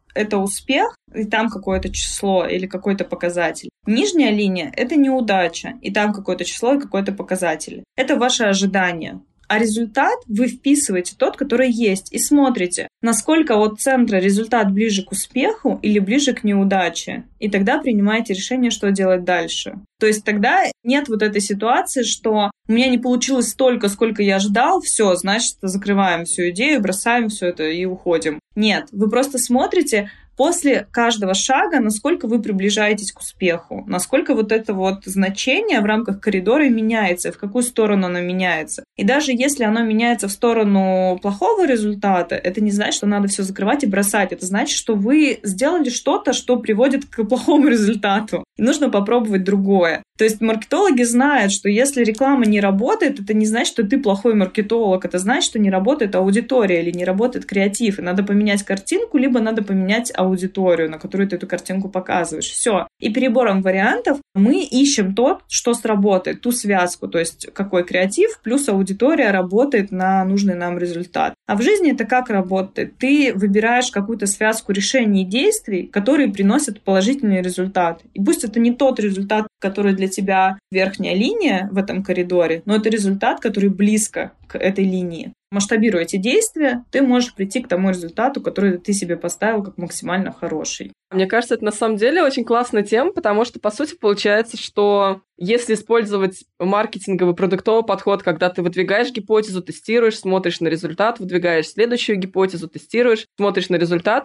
— это успех, и там какое-то число или какой-то показатель. Нижняя линия — это неудача, и там какое-то число и какой-то показатель. Это ваше ожидание. А результат вы вписываете тот, который есть, и смотрите, насколько от центра результат ближе к успеху или ближе к неудаче. И тогда принимаете решение, что делать дальше. То есть тогда нет вот этой ситуации, что у меня не получилось столько, сколько я ждал, все, значит, закрываем всю идею, бросаем все это и уходим. Нет, вы просто смотрите после каждого шага, насколько вы приближаетесь к успеху, насколько вот это вот значение в рамках коридора меняется, в какую сторону оно меняется. И даже если оно меняется в сторону плохого результата, это не значит, что надо все закрывать и бросать. Это значит, что вы сделали что-то, что приводит к плохому результату. И нужно попробовать другое. То есть маркетологи знают, что если реклама не работает, это не значит, что ты плохой маркетолог. Это значит, что не работает аудитория или не работает креатив. И надо поменять картинку, либо надо поменять аудиторию, на которую ты эту картинку показываешь. Все. И перебором вариантов мы ищем то, что сработает, ту связку. То есть какой креатив плюс аудитория работает на нужный нам результат. А в жизни это как работает? Ты выбираешь какую-то связку решений и действий, которые приносят положительный результат. И пусть это не тот результат, который для тебя верхняя линия в этом коридоре, но это результат, который близко к этой линии. Масштабируя эти действия, ты можешь прийти к тому результату, который ты себе поставил как максимально хороший. Мне кажется, это на самом деле очень классная тема, потому что, по сути, получается, что если использовать маркетинговый продуктовый подход, когда ты выдвигаешь гипотезу, тестируешь, смотришь на результат, выдвигаешь следующую гипотезу, тестируешь, смотришь на результат,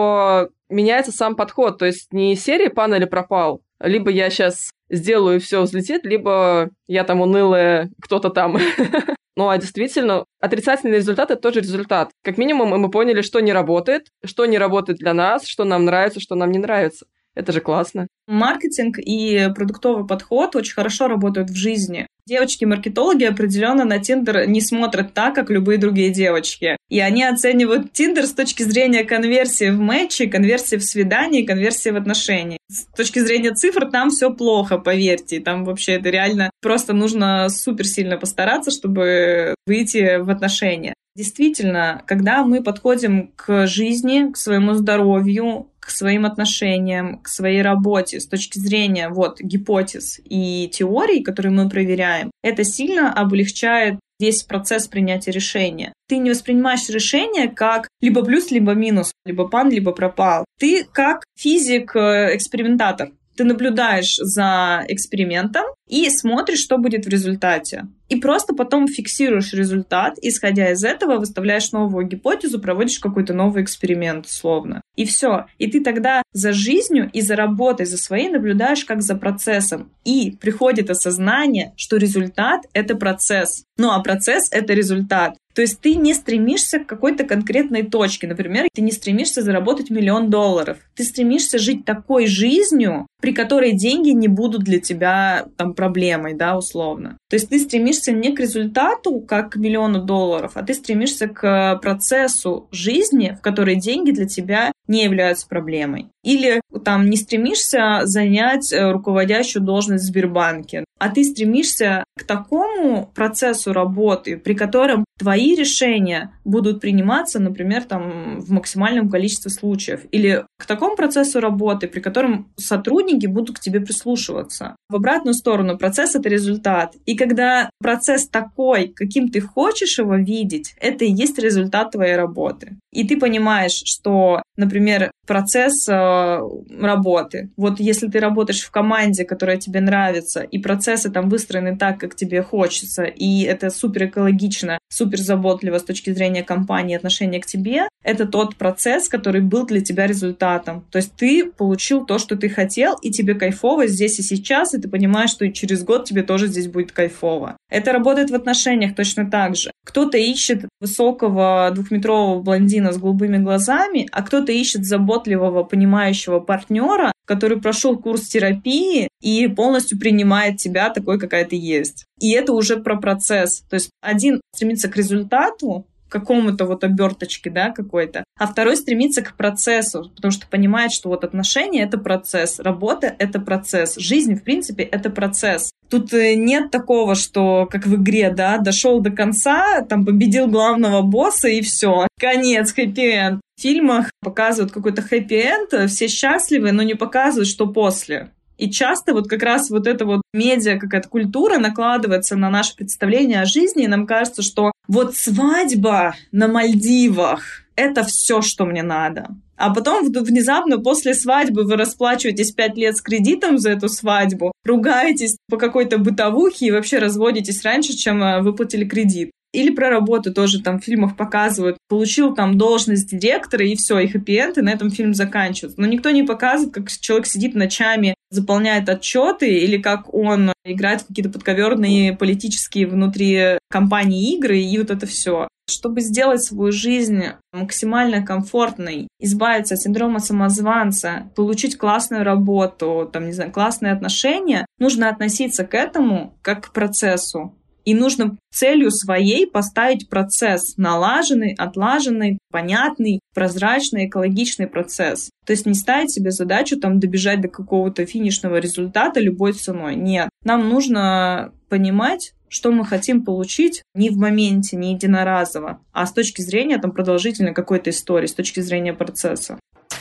то меняется сам подход. То есть не серия «пан или пропал», либо я сейчас сделаю и все взлетит, либо я там унылая, кто-то там. Ну, а действительно, отрицательный результат – это тоже результат. Как минимум, мы поняли, что не работает, что не работает для нас, что нам нравится, что нам не нравится. Это же классно. Маркетинг и продуктовый подход очень хорошо работают в жизни. Девочки-маркетологи определенно на Tinder не смотрят так, как любые другие девочки. И они оценивают Tinder с точки зрения конверсии в матче, конверсии в свидании, конверсии в отношении. С точки зрения цифр там все плохо, поверьте. Там вообще это реально просто нужно супер сильно постараться, чтобы выйти в отношения. Действительно, когда мы подходим к жизни, к своему здоровью, к своим отношениям, к своей работе с точки зрения вот, гипотез и теорий, которые мы проверяем, это сильно облегчает весь процесс принятия решения. Ты не воспринимаешь решение как либо плюс, либо минус, либо пан, либо пропал. Ты как физик-экспериментатор. Ты наблюдаешь за экспериментом и смотришь, что будет в результате. И просто потом фиксируешь результат, исходя из этого выставляешь новую гипотезу, проводишь какой-то новый эксперимент, условно. И все. И ты тогда за жизнью и за работой, за своей наблюдаешь как за процессом. И приходит осознание, что результат — это процесс. Ну а процесс — это результат. То есть ты не стремишься к какой-то конкретной точке. Например, ты не стремишься заработать миллион долларов. Ты стремишься жить такой жизнью, при которой деньги не будут для тебя там проблемой, да, условно. То есть ты стремишься не к результату, как к миллиону долларов, а ты стремишься к процессу жизни, в которой деньги для тебя не являются проблемой. Или там не стремишься занять руководящую должность в Сбербанке, а ты стремишься к такому процессу работы, при котором твои решения будут приниматься, например, там, в максимальном количестве случаев. Или к такому процессу работы, при котором сотрудники будут к тебе прислушиваться. В обратную сторону процесс — это результат. И когда процесс такой, каким ты хочешь его видеть, это и есть результат твоей работы. И ты понимаешь, что, например, процесс э, работы. Вот если ты работаешь в команде, которая тебе нравится, и процессы там выстроены так, как тебе хочется, и это супер экологично, супер заботливо с точки зрения компании, отношения к тебе, это тот процесс, который был для тебя результатом. То есть ты получил то, что ты хотел, и тебе кайфово здесь и сейчас, и ты понимаешь, что и через год тебе тоже здесь будет кайфово. Это работает в отношениях точно так же. Кто-то ищет высокого двухметрового блондина с голубыми глазами, а кто-то ищет заботливого, понимающего партнера, который прошел курс терапии и полностью принимает тебя такой, какая ты есть. И это уже про процесс. То есть один стремится к результату, к какому-то вот оберточке, да, какой-то, а второй стремится к процессу, потому что понимает, что вот отношения — это процесс, работа — это процесс, жизнь, в принципе, это процесс. Тут нет такого, что, как в игре, да, дошел до конца, там, победил главного босса и все, конец, хэппи-энд. В фильмах показывают какой-то хэппи-энд, все счастливы, но не показывают, что после. И часто вот как раз вот эта вот медиа, какая-то культура накладывается на наше представление о жизни, и нам кажется, что вот свадьба на Мальдивах — это все, что мне надо. А потом внезапно после свадьбы вы расплачиваетесь пять лет с кредитом за эту свадьбу, ругаетесь по какой-то бытовухе и вообще разводитесь раньше, чем выплатили кредит. Или про работу тоже там в фильмах показывают. Получил там должность директора, и все, и хэппи-энд, и на этом фильм заканчивается. Но никто не показывает, как человек сидит ночами, заполняет отчеты, или как он играет в какие-то подковерные политические внутри компании игры, и вот это все. Чтобы сделать свою жизнь максимально комфортной, избавиться от синдрома самозванца, получить классную работу, там, не знаю, классные отношения, нужно относиться к этому как к процессу. И нужно целью своей поставить процесс, налаженный, отлаженный, понятный, прозрачный, экологичный процесс. То есть не ставить себе задачу там добежать до какого-то финишного результата любой ценой. Нет. Нам нужно понимать, что мы хотим получить не в моменте, не единоразово, а с точки зрения там, продолжительной какой-то истории, с точки зрения процесса.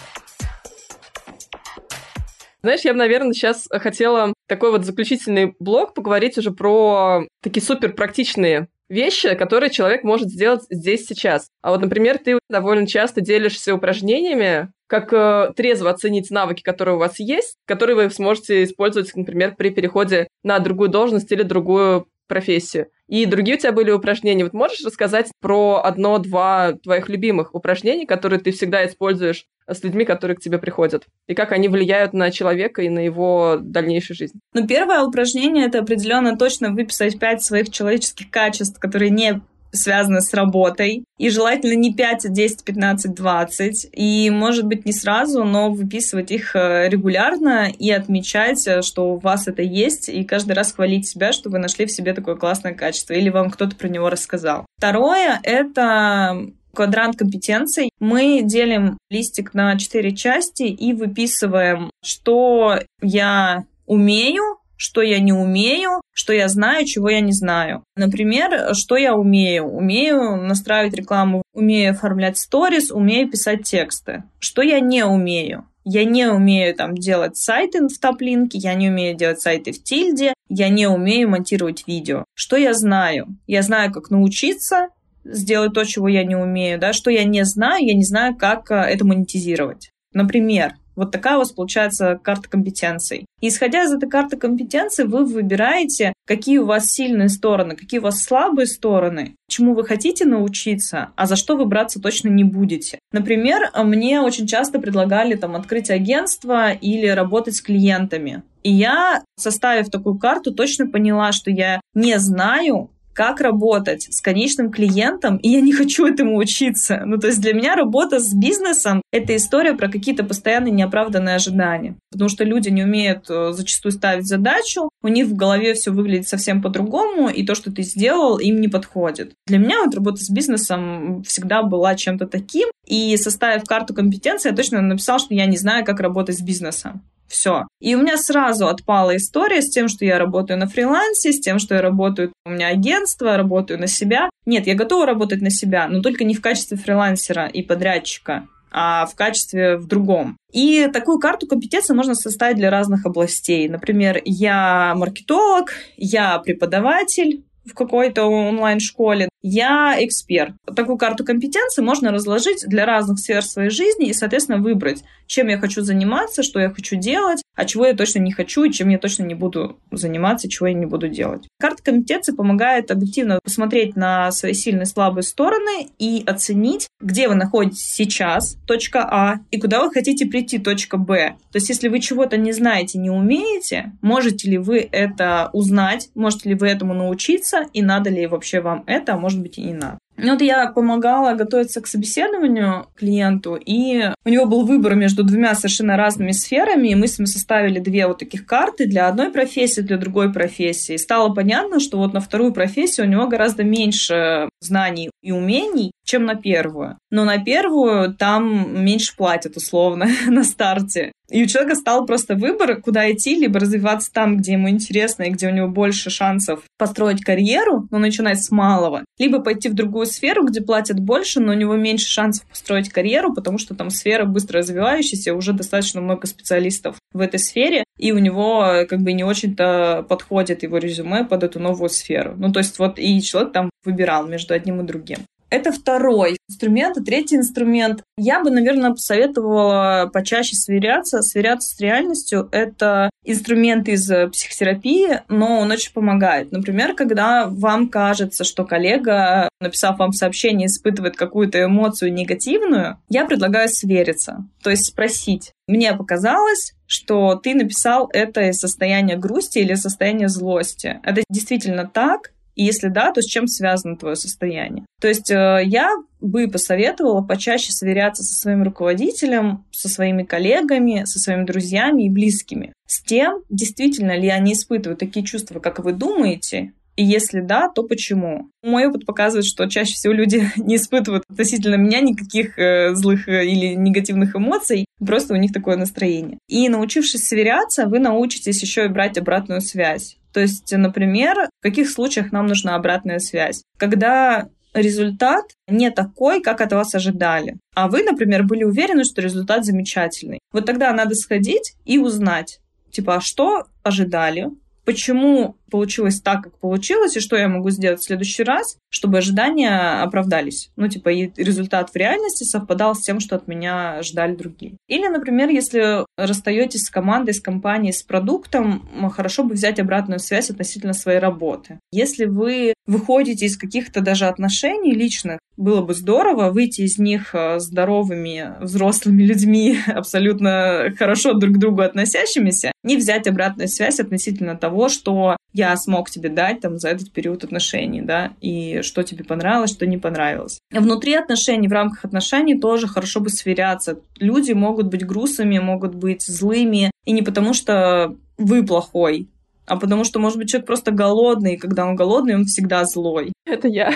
Знаешь, я бы, наверное, сейчас хотела такой вот заключительный блок поговорить уже про такие супер практичные вещи, которые человек может сделать здесь сейчас. А вот, например, ты довольно часто делишься упражнениями, как э, трезво оценить навыки, которые у вас есть, которые вы сможете использовать, например, при переходе на другую должность или другую профессию. И другие у тебя были упражнения. Вот можешь рассказать про одно-два твоих любимых упражнений, которые ты всегда используешь с людьми, которые к тебе приходят? И как они влияют на человека и на его дальнейшую жизнь? Ну, первое упражнение — это определенно точно выписать пять своих человеческих качеств, которые не связаны с работой. И желательно не пять, а десять, пятнадцать, двадцать. И, может быть, не сразу, но выписывать их регулярно и отмечать, что у вас это есть, и каждый раз хвалить себя, что вы нашли в себе такое классное качество, или вам кто-то про него рассказал. Второе — это квадрант компетенций. Мы делим листик на четыре части и выписываем, что я умею, что я не умею, что я знаю, чего я не знаю. Например, что я умею? Умею настраивать рекламу, умею оформлять сторис, умею писать тексты. Что я не умею? Я не умею там делать сайты в топ-линке, я не умею делать сайты в тильде, я не умею монтировать видео. Что я знаю? Я знаю, как научиться сделать то, чего я не умею. Да? Что я не знаю? Я не знаю, как это монетизировать. Например, вот такая у вас получается карта компетенций. И исходя из этой карты компетенций, вы выбираете, какие у вас сильные стороны, какие у вас слабые стороны, чему вы хотите научиться, а за что вы браться точно не будете. Например, мне очень часто предлагали там открыть агентство или работать с клиентами. И я, составив такую карту, точно поняла, что я не знаю, как работать с конечным клиентом, и я не хочу этому учиться. Ну, то есть для меня работа с бизнесом — это история про какие-то постоянные неоправданные ожидания. Потому что люди не умеют зачастую ставить задачу, у них в голове все выглядит совсем по-другому, и то, что ты сделал, им не подходит. Для меня вот работа с бизнесом всегда была чем-то таким, и составив карту компетенций, я точно написала, что я не знаю, как работать с бизнесом. Все. И у меня сразу отпала история с тем, что я работаю на фрилансе, с тем, что я работаю, у меня агентство, работаю на себя. Нет, я готова работать на себя, но только не в качестве фрилансера и подрядчика, а в качестве в другом. И такую карту компетенций можно составить для разных областей. Например, я маркетолог, я преподаватель в какой-то онлайн-школе, я эксперт. Такую карту компетенций можно разложить для разных сфер своей жизни и, соответственно, выбрать, чем я хочу заниматься, что я хочу делать, а чего я точно не хочу и чем я точно не буду заниматься, чего я не буду делать. Карта компетенций помогает объективно посмотреть на свои сильные и слабые стороны и оценить, где вы находитесь сейчас, точка А, и куда вы хотите прийти, точка Б. То есть, если вы чего-то не знаете, не умеете, можете ли вы это узнать, можете ли вы этому научиться, и надо ли вообще вам это, а может быть и не надо. Ну, вот я помогала готовиться к собеседованию клиенту, и у него был выбор между двумя совершенно разными сферами, и мы с ним составили две вот таких карты для одной профессии, для другой профессии. И стало понятно, что вот на вторую профессию у него гораздо меньше знаний и умений, чем на первую. Но на первую там меньше платят, условно, на старте. И у человека стал просто выбор, куда идти, либо развиваться там, где ему интересно и где у него больше шансов построить карьеру, но начинать с малого, либо пойти в другую сферу, где платят больше, но у него меньше шансов построить карьеру, потому что там сфера быстро развивающаяся, уже достаточно много специалистов в этой сфере, и у него как бы не очень-то подходит его резюме под эту новую сферу. Ну, то есть вот и человек там выбирал между одним и другим. Это второй инструмент. И третий инструмент. Я бы, наверное, посоветовала почаще сверяться. Сверяться с реальностью — это инструмент из психотерапии, но он очень помогает. Например, когда вам кажется, что коллега, написав вам сообщение, испытывает какую-то эмоцию негативную, я предлагаю свериться. То есть спросить. Мне показалось, что ты написал это из состояния грусти или из состояния злости. Это действительно так? И если да, то с чем связано твое состояние? То есть э, я бы посоветовала почаще сверяться со своим руководителем, со своими коллегами, со своими друзьями и близкими. С тем, действительно ли они испытывают такие чувства, как вы думаете, и если да, то почему? Мой опыт показывает, что чаще всего люди не испытывают относительно меня никаких э, злых или негативных эмоций, просто у них такое настроение. И научившись сверяться, вы научитесь еще и брать обратную связь. То есть, например, в каких случаях нам нужна обратная связь? Когда результат не такой, как от вас ожидали, а вы, например, были уверены, что результат замечательный. Вот тогда надо сходить и узнать, типа, а что ожидали, почему получилось так, как получилось, и что я могу сделать в следующий раз, чтобы ожидания оправдались. Ну, типа, и результат в реальности совпадал с тем, что от меня ждали другие. Или, например, если расстаетесь с командой, с компанией, с продуктом, хорошо бы взять обратную связь относительно своей работы. Если вы выходите из каких-то даже отношений личных, было бы здорово выйти из них здоровыми, взрослыми людьми, абсолютно хорошо друг к другу относящимися, и взять обратную связь относительно того, что я смог тебе дать там за этот период отношений, да, и что тебе понравилось, что не понравилось. Внутри отношений, в рамках отношений тоже хорошо бы сверяться. Люди могут быть грустными, могут быть злыми, и не потому что вы плохой, а потому что, может быть, человек просто голодный, и когда он голодный, он всегда злой. Это я.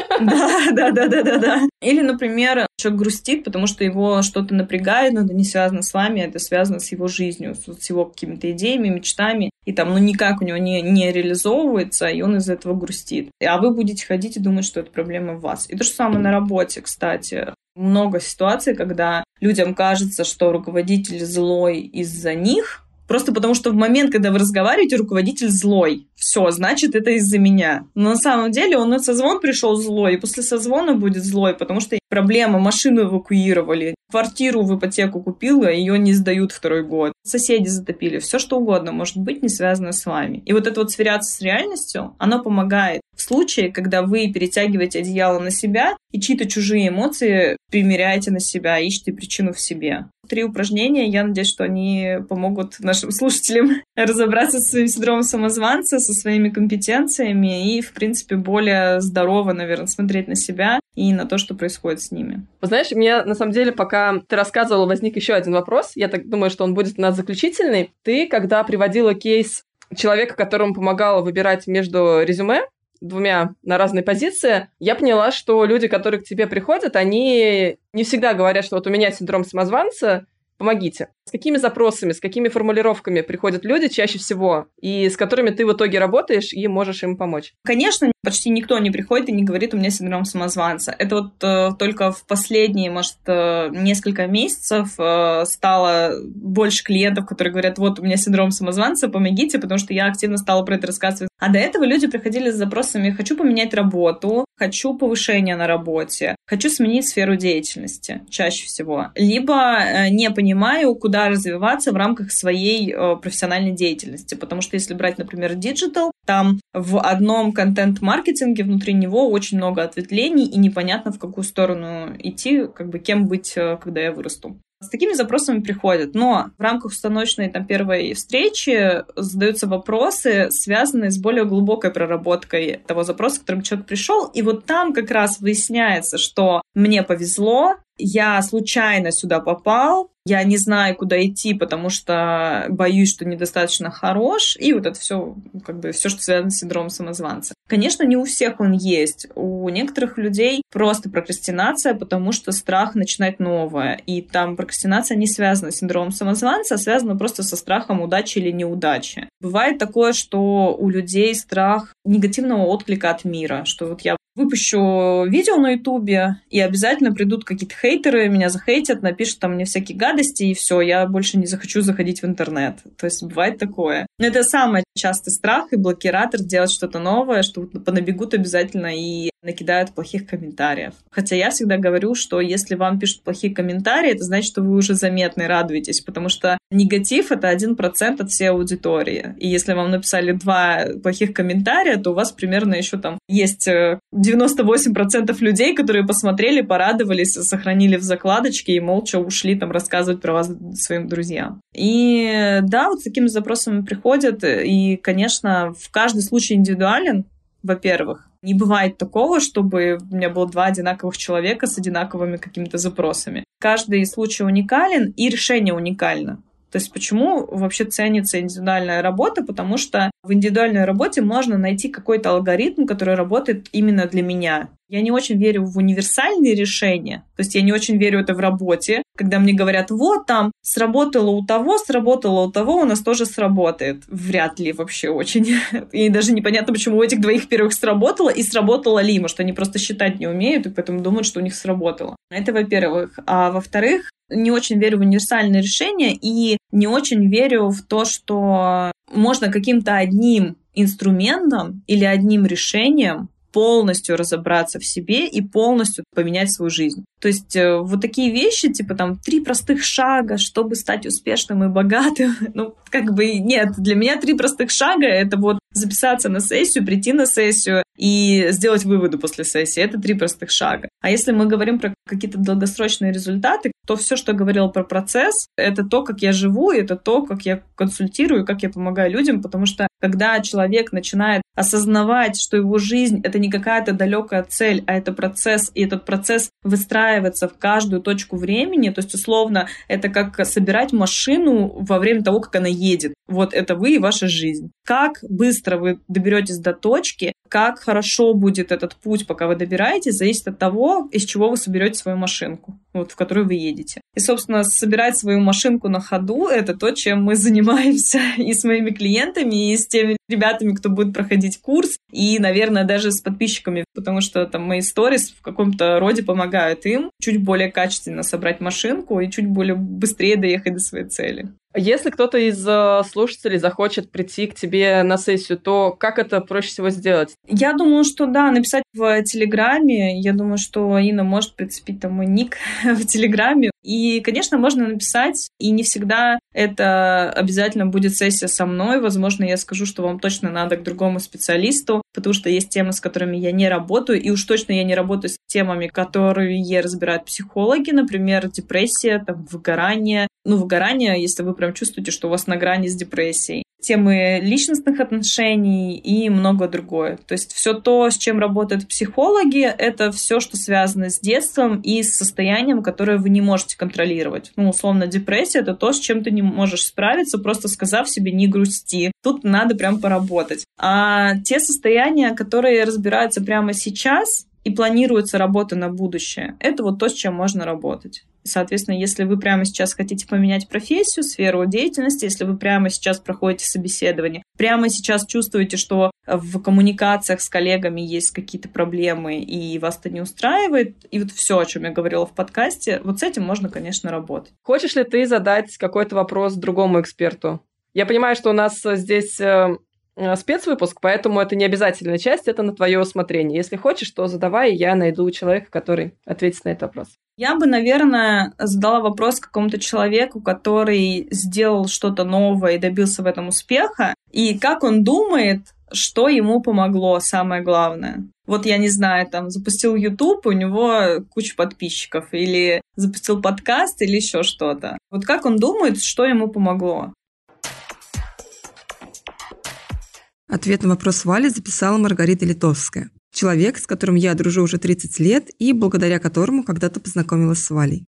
Да, да, да, да, да, да. Или, например, человек грустит, потому что его что-то напрягает, но это не связано с вами, это связано с его жизнью, с его какими-то идеями, мечтами, и там, ну, никак у него не, не реализовывается, и он из-за этого грустит. А вы будете ходить и думать, что это проблема в вас. И то же самое на работе, кстати. Много ситуаций, когда людям кажется, что руководитель злой из-за них, просто потому что в момент, когда вы разговариваете, руководитель злой. Все, значит, это из-за меня. Но на самом деле он на созвон пришел злой, и после созвона будет злой, потому что проблема, машину эвакуировали, квартиру в ипотеку купил, а ее не сдают второй год. Соседи затопили. Все что угодно может быть не связано с вами. И вот это вот сверяться с реальностью, оно помогает в случае, когда вы перетягиваете одеяло на себя и чьи-то чужие эмоции примеряете на себя, ищете причину в себе. Три упражнения. Я надеюсь, что они помогут нашим слушателям разобраться со своим синдромом самозванца, со своими компетенциями и, в принципе, более здорово, наверное, смотреть на себя и на то, что происходит с ними. Знаешь, мне, на самом деле, пока ты рассказывала, возник еще один вопрос. Я так думаю, что он будет у нас заключительный. Ты, когда приводила кейс человека, которому помогала выбирать между резюме, двумя на разные позиции, я поняла, что люди, которые к тебе приходят, они не всегда говорят, что вот у меня синдром самозванца, помогите. С какими запросами, с какими формулировками приходят люди чаще всего, и с которыми ты в итоге работаешь и можешь им помочь? Конечно, почти никто не приходит и не говорит, у меня синдром самозванца. Это вот э, только в последние, может, э, несколько месяцев э, стало больше клиентов, которые говорят, вот у меня синдром самозванца, помогите, потому что я активно стала про это рассказывать. А до этого люди приходили с запросами, хочу поменять работу, хочу повышения на работе, хочу сменить сферу деятельности чаще всего. Либо э, не понимаю, куда развиваться в рамках своей э, профессиональной деятельности. Потому что если брать, например, диджитал, там в одном контент-маркетинге внутри него очень много ответвлений, и непонятно, в какую сторону идти, как бы кем быть, э, когда я вырасту. С такими запросами приходят, но в рамках установочной там, первой встречи задаются вопросы, связанные с более глубокой проработкой того запроса, к которому человек пришел, и вот там как раз выясняется, что мне повезло, я случайно сюда попал, я не знаю, куда идти, потому что боюсь, что недостаточно хорош, и вот это все, как бы, все, что связано с синдромом самозванца. Конечно, не у всех он есть. У некоторых людей просто прокрастинация, потому что страх начинать новое. И там прокрастинация не связана с синдромом самозванца, а связана просто со страхом удачи или неудачи. Бывает такое, что у людей страх негативного отклика от мира, что вот я выпущу видео на Ютубе, и обязательно придут какие-то хейтеры, меня захейтят, напишут там мне всякие гадости, и все, я больше не захочу заходить в интернет. То есть бывает такое. Но это самый частый страх и блокиратор делать что-то новое, что понабегут обязательно и накидают плохих комментариев. Хотя я всегда говорю, что если вам пишут плохие комментарии, это значит, что вы уже заметны, радуетесь, потому что негатив — это один процент от всей аудитории. И если вам написали два плохих комментария, то у вас примерно еще там есть девяносто восемь процентов людей, которые посмотрели, порадовались, сохранили в закладочке и молча ушли там рассказывать про вас своим друзьям. И да, вот с такими запросами приходят, и, конечно, в каждый случай индивидуален, во-первых. Не бывает такого, чтобы у меня было два одинаковых человека с одинаковыми какими-то запросами. Каждый случай уникален, и решение уникально. То есть почему вообще ценится индивидуальная работа? Потому что в индивидуальной работе можно найти какой-то алгоритм, который работает именно для меня. Я не очень верю в универсальные решения, то есть я не очень верю это в работе, когда мне говорят, вот там сработало у того, сработало у того, у нас тоже сработает. Вряд ли вообще очень. И даже непонятно, почему у этих двоих первых сработало, и сработало ли, может, они просто считать не умеют, и поэтому думают, что у них сработало. Это во-первых. А во-вторых, не очень верю в универсальные решения и не очень верю в то, что можно каким-то одним инструментом или одним решением полностью разобраться в себе и полностью поменять свою жизнь. То есть вот такие вещи, типа там три простых шага, чтобы стать успешным и богатым, ну, как бы нет. Для меня три простых шага — это вот записаться на сессию, прийти на сессию и сделать выводы после сессии. Это три простых шага. А если мы говорим про какие-то долгосрочные результаты, то все, что я говорила про процесс, это то, как я живу, это то, как я консультирую, как я помогаю людям, потому что когда человек начинает осознавать, что его жизнь — это не какая-то далекая цель, а это процесс, и этот процесс выстраивается в каждую точку времени, то есть, условно, это как собирать машину во время того, как она едет. Вот это вы и ваша жизнь. Как быстро вы доберетесь до точки, как хорошо будет этот путь, пока вы добираетесь, зависит от того, из чего вы соберете свою машинку, вот, в которую вы едете. И, собственно, собирать свою машинку на ходу — это то, чем мы занимаемся и с моими клиентами, и с теми ребятами, кто будет проходить курс, и, наверное, даже с подписчиками, потому что там мои сторис в каком-то роде помогают им чуть более качественно собрать машинку и чуть более быстрее доехать до своей цели. Если кто-то из э, слушателей захочет прийти к тебе на сессию, то как это проще всего сделать? Я думаю, что да, написать в Телеграме. Я думаю, что Инна может прицепить там мой ник в Телеграме. И, конечно, можно написать, и не всегда это обязательно будет сессия со мной. Возможно, я скажу, что вам точно надо к другому специалисту, потому что есть темы, с которыми я не работаю, и уж точно я не работаю с темами, которые разбирают психологи, например, депрессия, там, выгорание. Ну, выгорание, если вы прям чувствуете, что у вас на грани с депрессией. Темы личностных отношений и многое другое. То есть все то, с чем работают психологи, это все, что связано с детством и с состоянием, которое вы не можете контролировать. Ну, условно, депрессия — это то, с чем ты не можешь справиться, просто сказав себе «не грусти». Тут надо прям поработать. А те состояния, которые разбираются прямо сейчас и планируется работа на будущее, это вот то, с чем можно работать. Соответственно, если вы прямо сейчас хотите поменять профессию, сферу деятельности, если вы прямо сейчас проходите собеседование, прямо сейчас чувствуете, что в коммуникациях с коллегами есть какие-то проблемы и вас это не устраивает, и вот все, о чем я говорила в подкасте, вот с этим можно, конечно, работать. Хочешь ли ты задать какой-то вопрос другому эксперту? Я понимаю, что у нас здесь спецвыпуск, поэтому это не обязательная часть, это на твое усмотрение. Если хочешь, то задавай, и я найду человека, который ответит на этот вопрос. Я бы, наверное, задала вопрос какому-то человеку, который сделал что-то новое и добился в этом успеха, и как он думает, что ему помогло, самое главное. Вот я не знаю, там, запустил YouTube, у него куча подписчиков, или запустил подкаст, или еще что-то. Вот как он думает, что ему помогло? Ответ на вопрос Вали записала Маргарита Литовская. Человек, с которым я дружу уже тридцать лет и благодаря которому когда-то познакомилась с Валей.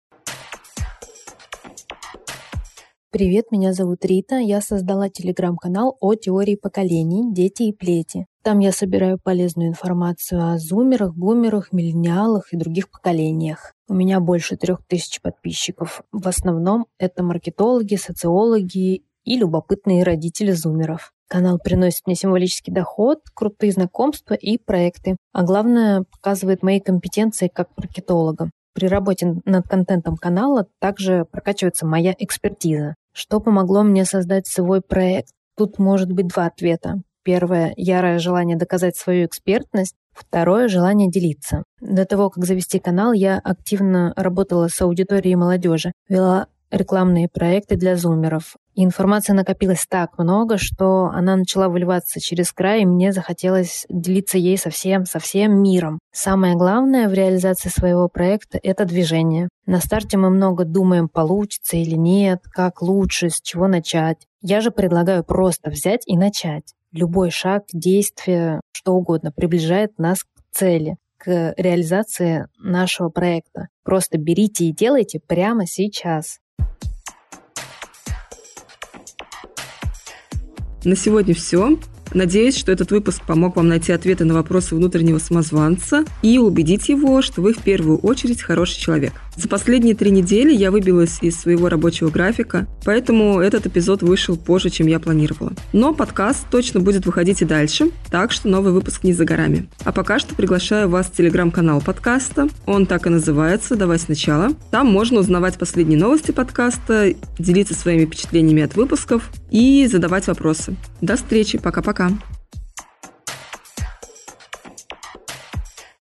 Привет, меня зовут Рита. Я создала телеграм-канал о теории поколений «Дети и плети». Там я собираю полезную информацию о зумерах, бумерах, миллениалах и других поколениях. У меня больше трех тысяч подписчиков. В основном это маркетологи, социологи и любопытные родители зумеров. Канал приносит мне символический доход, крутые знакомства и проекты. А главное, показывает мои компетенции как маркетолога. При работе над контентом канала также прокачивается моя экспертиза. Что помогло мне создать свой проект? Тут может быть два ответа. Первое – ярое желание доказать свою экспертность. Второе – желание делиться. До того, как завести канал, я активно работала с аудиторией молодежи, вела рекламные проекты для зумеров. И информации накопилось так много, что она начала выливаться через край, и мне захотелось делиться ей со всем, со всем миром. Самое главное в реализации своего проекта – это движение. На старте мы много думаем, получится или нет, как лучше, с чего начать. Я же предлагаю просто взять и начать. Любой шаг, действие, что угодно приближает нас к цели, к реализации нашего проекта. Просто берите и делайте прямо сейчас. На сегодня все. Надеюсь, что этот выпуск помог вам найти ответы на вопросы внутреннего самозванца и убедить его, что вы в первую очередь хороший человек. За последние три недели я выбилась из своего рабочего графика, поэтому этот эпизод вышел позже, чем я планировала. Но подкаст точно будет выходить и дальше, так что новый выпуск не за горами. А пока что приглашаю вас в телеграм-канал подкаста. Он так и называется «Давай сначала». Там можно узнавать последние новости подкаста, делиться своими впечатлениями от выпусков и задавать вопросы. До встречи, пока-пока.